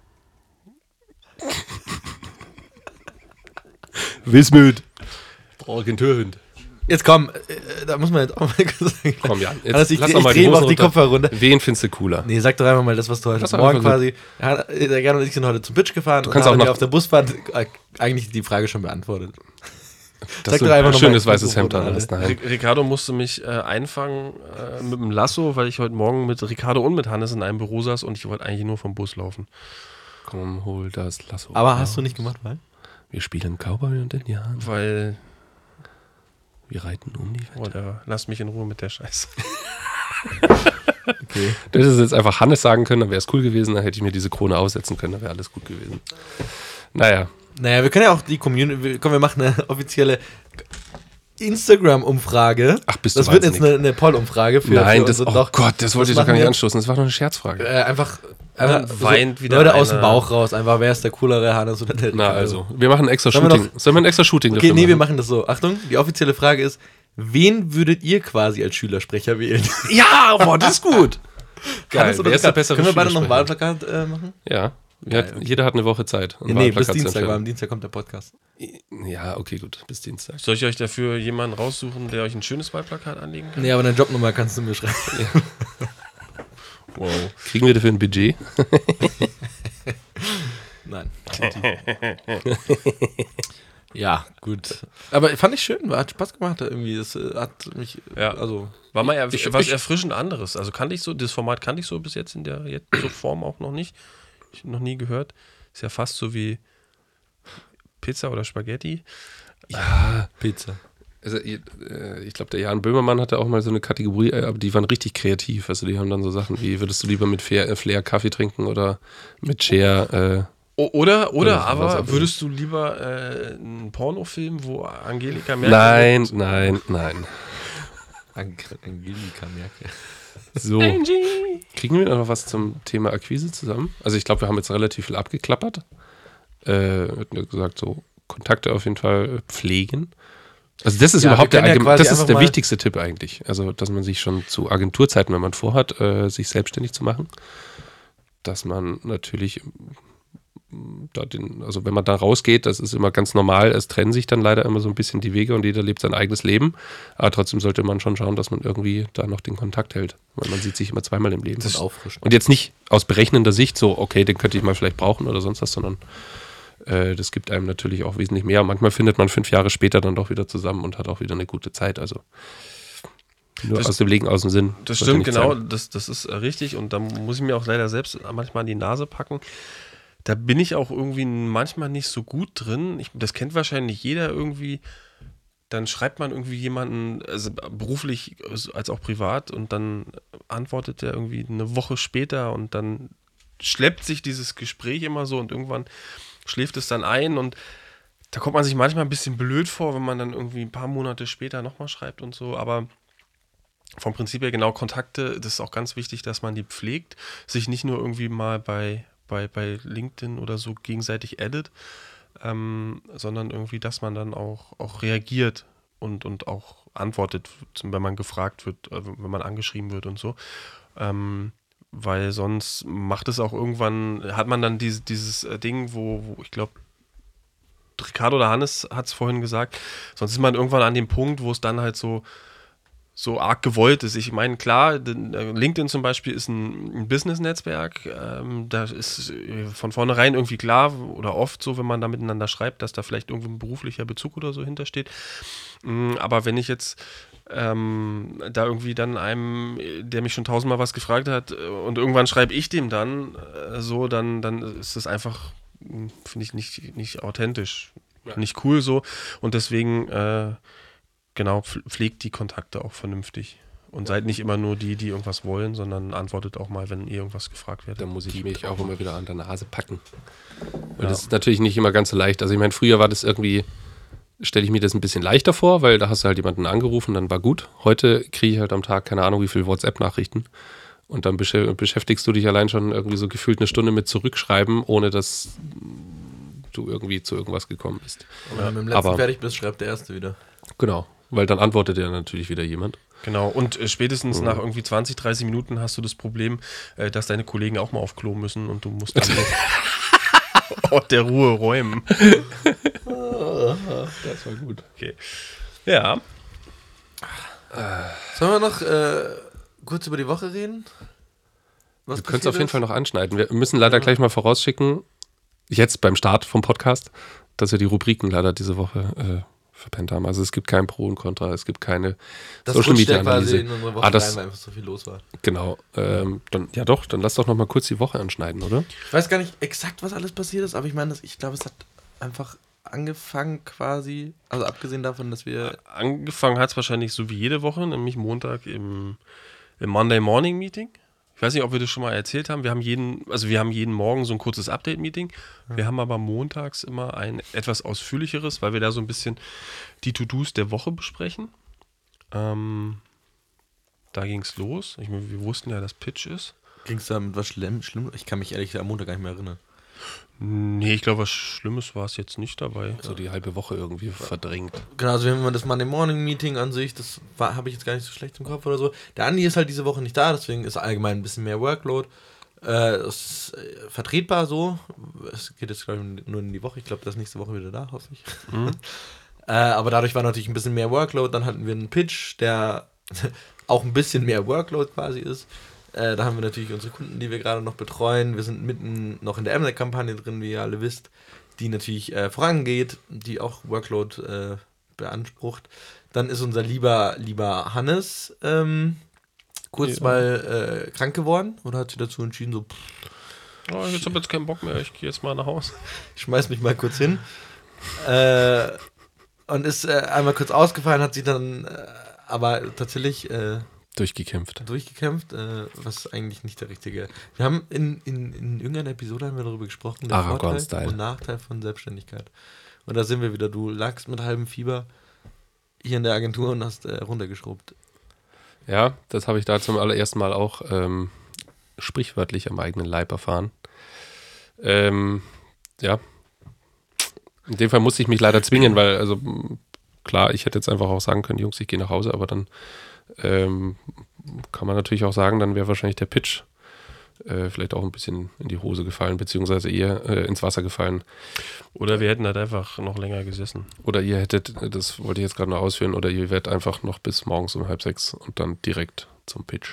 Wismut. Agenturhund. Jetzt komm, äh, da muss man jetzt auch mal sagen. Komm, Jan, jetzt Also ich, lass ich doch mal die drehe Hosen auch die runter. Kopfhörer runter. Wen findest du cooler? Nee, sag doch einfach mal das, was du heute Lass doch Morgen einfach so- quasi. Ja, der Jan und ich sind heute zum Pitch gefahren Du kannst und haben auch dir noch- auf der Busfahrt äh, eigentlich die Frage schon beantwortet. Das Sag du doch einfach ein noch schönes mal- weißes Hemd an hast. Nein. Ri- Ricardo musste mich äh, einfangen äh, mit dem Lasso, weil ich heute Morgen mit Ricardo und mit Hannes in einem Büro saß und ich wollte eigentlich nur vom Bus laufen. Komm, hol das Lasso. Aber hast du nicht gemacht, weil? Wir spielen Cowboy und Indianer. Weil, Wir reiten um die Welt. oder lass mich in Ruhe mit der Scheiße. Okay. Du hättest jetzt einfach Hannes sagen können, dann wäre es cool gewesen, dann hätte ich mir diese Krone aussetzen können, dann wäre alles gut gewesen. Naja. Naja, wir können ja auch die Community, komm, wir machen eine offizielle Instagram-Umfrage. Ach, bist du Das wird jetzt wahnsinnig. eine, eine Poll-Umfrage für, Nein, für das, unsere oh Doch- Gott, das wollte was ich doch gar machen nicht wir? anstoßen, das war doch eine Scherzfrage. Äh, einfach, dann einfach weint so, wieder Leute aus einer. dem Bauch raus, einfach wer ist der coolere Hannes oder der Na Ricardo? also, wir machen ein extra Sollen wir Shooting. Sollen wir ein extra Shooting Okay, dafür nee, wir machen? machen das so. Achtung, die offizielle Frage ist, wen würdet ihr quasi als Schülersprecher wählen? Ja, boah, das ist gut. Geil, Hannes oder wer ist der Ricardo? bessere Können wir beide noch ein Schülersprecher? Wahlplakat äh, machen? Ja, wir hat, jeder hat eine Woche Zeit. um Ja, nee, bis Wahlplakat zu Dienstag, weil entstellen. am Dienstag kommt der Podcast. Ja, okay, gut, bis Dienstag. Soll ich euch dafür jemanden raussuchen, der euch ein schönes Wahlplakat anlegen kann? Nee, aber deine Jobnummer kannst du mir schreiben. Wow. Kriegen wir dafür ein Budget? Nein. Ja, gut. Aber fand ich schön, hat Spaß gemacht irgendwie. Das äh, hat mich, Ja. also... War mal erf Ich- was ich- erfrischend anderes. Also kannte ich so, das Format kannte ich so bis jetzt in der jetzt so Form auch noch nicht. Ich noch nie gehört. Ist ja fast so wie Pizza oder Spaghetti. Ja, Pizza. also ich, äh, ich glaube, der Jan Böhmermann hatte auch mal so eine Kategorie, äh, aber die waren richtig kreativ. Also die haben dann so Sachen wie, würdest du lieber mit Flair, äh, Flair Kaffee trinken oder mit Cher? Äh, O oder, oder Ja, was aber auch würdest du lieber äh, einen Pornofilm, wo Angelika Merkel... nein, nein, nein. Ang Angelika Merkel. So, kriegen wir noch was zum Thema Akquise zusammen? Also ich glaube, wir haben jetzt relativ viel abgeklappert. Äh, wird nur gesagt, so Kontakte auf jeden Fall pflegen. Also das ist Ja, überhaupt wir der, können ja allgeme- quasi das ist einfach der mal- wichtigste Tipp eigentlich. Also dass man sich schon zu Agenturzeiten, wenn man vorhat, äh, sich selbstständig zu machen, dass man natürlich mm, da den, also wenn man da rausgeht, das ist immer ganz normal, es trennen sich dann leider immer so ein bisschen die Wege und jeder lebt sein eigenes Leben, aber trotzdem sollte man schon schauen, dass man irgendwie da noch den Kontakt hält, weil man sieht sich immer zweimal im Leben. Das ist auffrischend. Und jetzt nicht aus berechnender Sicht so, okay, den könnte ich mal vielleicht brauchen oder sonst was, sondern äh, das gibt einem natürlich auch wesentlich mehr. Manchmal findet man fünf Jahre später dann doch wieder zusammen und hat auch wieder eine gute Zeit, also nur Das- aus dem Legen, aus dem Sinn. Das sollte stimmt, nicht genau, sein. das, das ist äh, richtig und da muss ich mir auch leider selbst manchmal an die Nase packen. Da bin ich auch irgendwie manchmal nicht so gut drin. Ich, das kennt wahrscheinlich jeder irgendwie. Dann schreibt man irgendwie jemanden, also beruflich als auch privat, und dann antwortet er irgendwie eine Woche später und dann schleppt sich dieses Gespräch immer so und irgendwann schläft es dann ein und da kommt man sich manchmal ein bisschen blöd vor, wenn man dann irgendwie ein paar Monate später nochmal schreibt und so, aber vom Prinzip her genau Kontakte, das ist auch ganz wichtig, dass man die pflegt, sich nicht nur irgendwie mal bei, bei, bei LinkedIn oder so gegenseitig addet, ähm, sondern irgendwie, dass man dann auch, auch reagiert und, und auch antwortet, wenn man gefragt wird, wenn man angeschrieben wird und so. Ähm, weil sonst macht es auch irgendwann, hat man dann diese, dieses Ding, wo, wo ich glaube, Ricardo oder Hannes hat es vorhin gesagt, sonst ist man irgendwann an dem Punkt, wo es dann halt so so arg gewollt ist. Ich meine, klar, LinkedIn zum Beispiel ist ein, ein Business-Netzwerk. Ähm, da ist von vornherein irgendwie klar oder oft so, wenn man da miteinander schreibt, dass da vielleicht irgendwo ein beruflicher Bezug oder so hintersteht. Aber wenn ich jetzt ähm, da irgendwie dann einem, der mich schon tausendmal was gefragt hat und irgendwann schreibe ich dem dann äh, so, dann, dann ist das einfach, finde ich, nicht, nicht authentisch. Ja. Nicht cool so. Und deswegen äh, Genau, pflegt die Kontakte auch vernünftig. Und seid nicht immer nur die, die irgendwas wollen, sondern antwortet auch mal, wenn ihr irgendwas gefragt werdet. Da muss ich mich auch immer wieder an der Nase packen. Und ja. Das ist natürlich nicht immer ganz so leicht. Also ich meine, früher war das irgendwie, stelle ich mir das ein bisschen leichter vor, weil da hast du halt jemanden angerufen, dann war gut. Heute kriege ich halt am Tag keine Ahnung wie viele WhatsApp-Nachrichten. Und dann besch- beschäftigst du dich allein schon irgendwie so gefühlt eine Stunde mit Zurückschreiben, ohne dass du irgendwie zu irgendwas gekommen bist. Und wenn du mit dem letzten Aber, fertig bist, schreibt der Erste wieder. Genau. Weil dann antwortet ja natürlich wieder jemand. Genau, und äh, spätestens mhm. nach irgendwie zwanzig, dreißig Minuten hast du das Problem, äh, dass deine Kollegen auch mal auf Klo müssen und du musst dann Ort der Ruhe räumen. Das war gut. Okay. Ja. Sollen wir noch äh, kurz über die Woche reden? Was wir können es auf jeden Fall noch anschneiden. Wir müssen leider ja. gleich mal vorausschicken, jetzt beim Start vom Podcast, dass wir die Rubriken leider diese Woche... Äh, verpennt haben. Also es gibt kein Pro und Contra, es gibt keine das Social Media Analyse. In unsere Woche ah, das, rein, weil einfach so viel los war. Genau. Ähm, dann, ja doch, dann lass doch noch mal kurz die Woche anschneiden, oder? Ich weiß gar nicht exakt, was alles passiert ist, aber ich meine, ich glaube, es hat einfach angefangen quasi, also abgesehen davon, dass wir... Angefangen hat es wahrscheinlich so wie jede Woche, nämlich Montag im, im Monday Morning Meeting. Ich weiß nicht, ob wir das schon mal erzählt haben. Wir haben jeden, also wir haben jeden Morgen so ein kurzes Update-Meeting. Wir haben aber montags immer ein etwas ausführlicheres, weil wir da so ein bisschen die To-Dos der Woche besprechen. Ähm, da ging es los. Ich meine, wir wussten ja, dass Pitch ist. Ging es da mit was Schlimm, Schlimm? Ich kann mich ehrlich gesagt am Montag gar nicht mehr erinnern. Nee, ich glaube, was Schlimmes war es jetzt nicht dabei. So die halbe Woche irgendwie verdrängt. Genau, also wenn man das Monday Morning Meeting an sich, das habe ich jetzt gar nicht so schlecht im Kopf oder so. Der Andi ist halt diese Woche nicht da, deswegen ist allgemein ein bisschen mehr Workload. Äh, das ist äh, vertretbar so. Es geht jetzt, glaube ich, nur in die Woche. Ich glaube, der ist nächste Woche wieder da, hoffe ich. Mhm. äh, aber dadurch war natürlich ein bisschen mehr Workload. Dann hatten wir einen Pitch, der auch ein bisschen mehr Workload quasi ist. Äh, da haben wir natürlich unsere Kunden, die wir gerade noch betreuen. Wir sind mitten noch in der M N E C-Kampagne drin, wie ihr alle wisst, die natürlich äh, vorangeht, die auch Workload äh, beansprucht. Dann ist unser lieber, lieber Hannes ähm, kurz ja. mal äh, krank geworden oder hat sich dazu entschieden, so pff, oh, ich habe jetzt keinen Bock mehr, ich gehe jetzt mal nach Hause. Ich schmeiß mich mal kurz hin. äh, und ist äh, einmal kurz ausgefallen, hat sich dann äh, aber tatsächlich... Äh, Durchgekämpft. Durchgekämpft, äh, was eigentlich nicht der richtige... Wir haben in, in, in irgendeiner Episode haben wir darüber gesprochen, der Vorteil und Nachteil von Selbstständigkeit. Und da sind wir wieder. Du lagst mit halbem Fieber hier in der Agentur und hast äh, runtergeschrubbt. Ja, das habe ich da zum allerersten Mal auch ähm, sprichwörtlich am eigenen Leib erfahren. Ähm, ja. In dem Fall musste ich mich leider zwingen, weil, also klar, ich hätte jetzt einfach auch sagen können, Jungs, ich gehe nach Hause, aber dann Ähm, kann man natürlich auch sagen, dann wäre wahrscheinlich der Pitch äh, vielleicht auch ein bisschen in die Hose gefallen, beziehungsweise eher äh, ins Wasser gefallen. Oder wir hätten halt einfach noch länger gesessen. Oder ihr hättet, das wollte ich jetzt gerade noch ausführen, oder ihr wärt einfach noch bis morgens um halb sechs und dann direkt zum Pitch.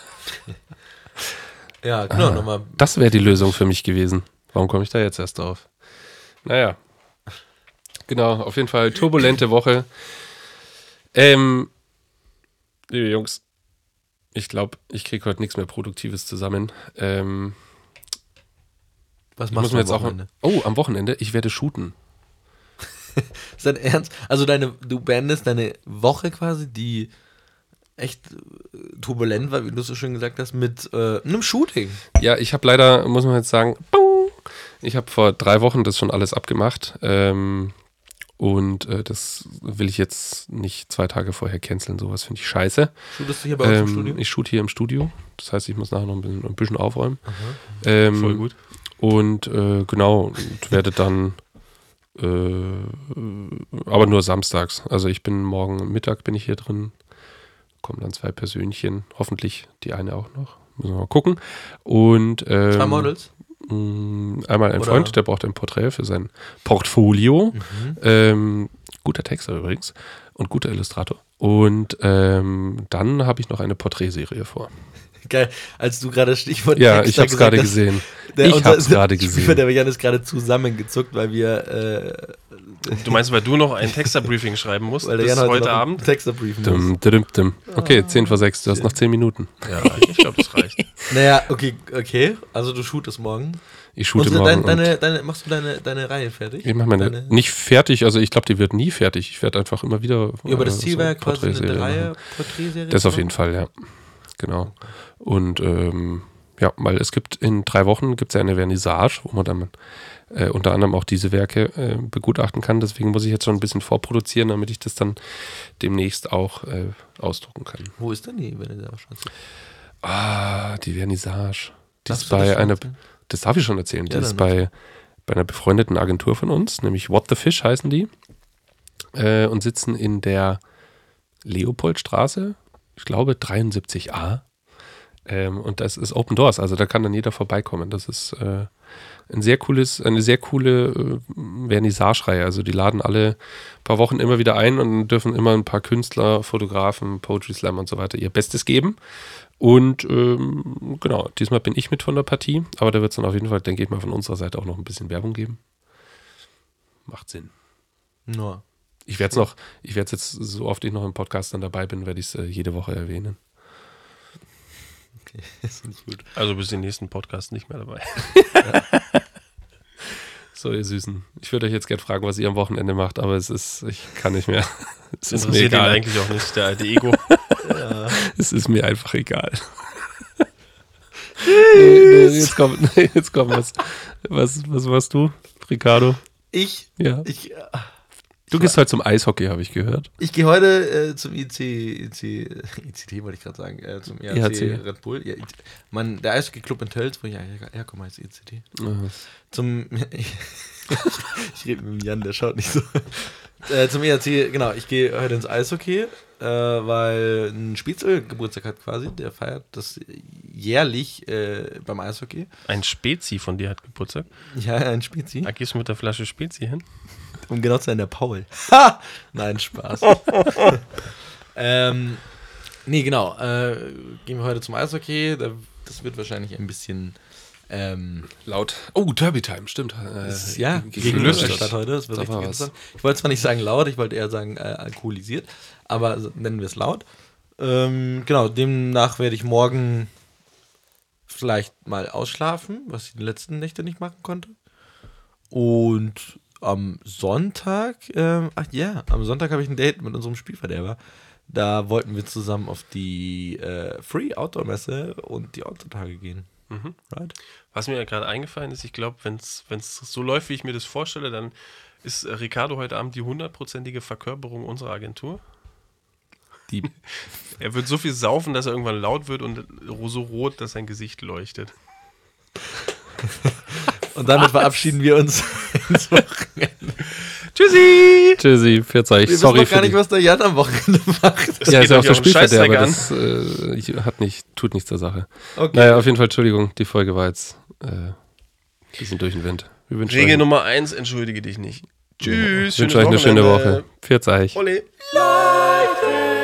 Ja, genau. Ah, nochmal. Das wäre die Lösung für mich gewesen. Warum komme ich da jetzt erst drauf? Naja. Genau, auf jeden Fall turbulente Woche. Ähm, Liebe Jungs, ich glaube, ich kriege heute nichts mehr Produktives zusammen. Ähm, Was machst du am Wochenende? Auch, oh, am Wochenende? Ich werde shooten. Ist dein Ernst? Also deine, du beendest deine Woche quasi, die echt turbulent war, wie du so schön gesagt hast, mit äh, einem Shooting. Ja, ich habe leider, muss man jetzt sagen, ich habe vor drei Wochen das schon alles abgemacht. Ähm, Und äh, das will ich jetzt nicht zwei Tage vorher canceln. Sowas finde ich scheiße. Shootest du hier bei uns ähm, im Studio? Ich shoot hier im Studio. Das heißt, ich muss nachher noch ein bisschen, ein bisschen aufräumen. Ähm, Voll gut. Und äh, genau, und werde dann Äh, aber nur samstags. Also ich bin morgen Mittag bin ich hier drin. Kommen dann zwei Persönchen. Hoffentlich die eine auch noch. Müssen wir mal gucken. Und ähm, zwei Models? Mh, einmal ein Oder? Freund, der braucht ein Porträt für sein Portfolio. Mhm. Ähm, guter Texter übrigens. Und guter Illustrator. Und ähm, dann habe ich noch eine Porträtserie vor. Geil, als du gerade Stichwort Ja, ich habe es gerade gesehen. Ich habe es gerade gesehen. Der Jan ist gerade zusammengezuckt, weil wir äh, Du meinst, weil du noch ein Texterbriefing schreiben musst weil der bis Jan heute, heute noch Abend? Texterbriefen muss. Dum, dum, dum. Okay, zehn vor sechs, du hast noch zehn Minuten. Ja, ich glaube, das reicht. Naja, okay, okay. Also du shootest morgen. Ich shoote Und morgen. dein, deine, deine, machst du deine, deine Reihe fertig? Ich mache meine deine, nicht fertig, also ich glaube, die wird nie fertig. Ich werde einfach immer wieder. Ja, aber das äh, Ziel so war ja quasi eine Porträtserie Reihe, machen. Porträtserie. Das auf jeden Fall, ja. Genau. Und ähm, ja, weil es gibt in drei Wochen gibt es ja eine Vernissage, wo man dann äh, unter anderem auch diese Werke äh, begutachten kann. Deswegen muss ich jetzt schon ein bisschen vorproduzieren, damit ich das dann demnächst auch äh, ausdrucken kann. Wo ist denn die Vernissage? Ah, die Vernissage. Die Darfst ist du das bei schon einer, erzählen? das darf ich schon erzählen, die Ja, ist dann bei, bei einer befreundeten Agentur von uns, nämlich What the Fish heißen die, äh, und sitzen in der Leopoldstraße, ich glaube dreiundsiebzig a. Ähm, und das ist Open Doors, also da kann dann jeder vorbeikommen. Das ist äh, ein sehr cooles, eine sehr coole äh, Vernissage-Reihe. Also die laden alle paar Wochen immer wieder ein und dürfen immer ein paar Künstler, Fotografen, Poetry Slam und so weiter ihr Bestes geben. Und ähm, genau, diesmal bin ich mit von der Partie, aber da wird es dann auf jeden Fall, denke ich mal, von unserer Seite auch noch ein bisschen Werbung geben. Macht Sinn. No. Ich werde es noch, ich werde es jetzt, so oft ich noch im Podcast dann dabei bin, werde ich es äh, jede Woche erwähnen. Okay, das ist nicht gut. Also bis den nächsten Podcast nicht mehr dabei. Ja. So, ihr Süßen. Ich würde euch jetzt gerne fragen, was ihr am Wochenende macht, aber es ist, ich kann nicht mehr. Es ist mir interessiert ihn egal. eigentlich auch nicht, der alte Ego. Ja. Es ist mir einfach egal. nee, nee, jetzt kommt, nee, jetzt kommt was. Was, was machst du, Ricardo? Ich? Ja. Ich, äh, Du gehst heute zum Eishockey, habe ich gehört. ich gehe heute äh, zum I C, I C, I C T wollte ich gerade sagen, äh, zum I H C, I H C. Red Bull. Ja, man, der Eishockey-Club in Tölz, wo ich her- herkomme, heißt I C T. Mhm. Zum, ich, ich rede mit dem Jan, der schaut nicht so. Äh, zum I H C, genau, ich gehe heute ins Eishockey, äh, weil ein Spitzel Geburtstag hat quasi, der feiert das jährlich äh, beim Eishockey. Ein Spezi von dir hat Geburtstag. Ja, ein Spezi. Da gehst du mit der Flasche Spezi hin. Um genau zu sein, der Paul. Ha! Nein, Spaß. ähm, nee, genau. Äh, gehen wir heute zum Eishockey. Da, das wird wahrscheinlich ein bisschen ähm, Laut. Oh, Derby Time, stimmt. Äh, ist, ja, gegen gegen Lüstert. Lüstert heute. Das wird Da richtig war was. interessant. Ich wollte zwar nicht sagen laut, ich wollte eher sagen äh, alkoholisiert, aber so nennen wir es laut. Ähm, genau, demnach werde ich morgen vielleicht mal ausschlafen, was ich die letzten Nächte nicht machen konnte. Und am Sonntag, ähm, ach ja, am Sonntag habe ich ein Date mit unserem Spielverderber. Da wollten wir zusammen auf die äh, Free Outdoor Messe und die Outdoor-Tage gehen. Mhm. Right? Was mir ja gerade eingefallen ist, ich glaube, wenn es so läuft, wie ich mir das vorstelle, dann ist äh, Ricardo heute Abend die hundertprozentige Verkörperung unserer Agentur. Die Er wird so viel saufen, dass er irgendwann laut wird und so rot, dass sein Gesicht leuchtet. Und damit verabschieden wir uns ins Wochenende. Tschüssi! Tschüssi, pfiat euch. Wir Sorry wissen noch gar für nicht, die, was der Jan am Wochenende macht. Das ja, geht ist ja auch euch der auch einen Scheißdreck Spielverderber. an. Das äh, ich, hat nicht, tut nichts zur Sache. Okay. Naja, auf jeden Fall, Entschuldigung, die Folge war jetzt äh, ein bisschen durch den Wind. Wir wünschen Regel euch, Nummer eins, entschuldige dich nicht. Tschüss. wünsche euch eine schöne Woche. Pfiat euch. Ole. Leute.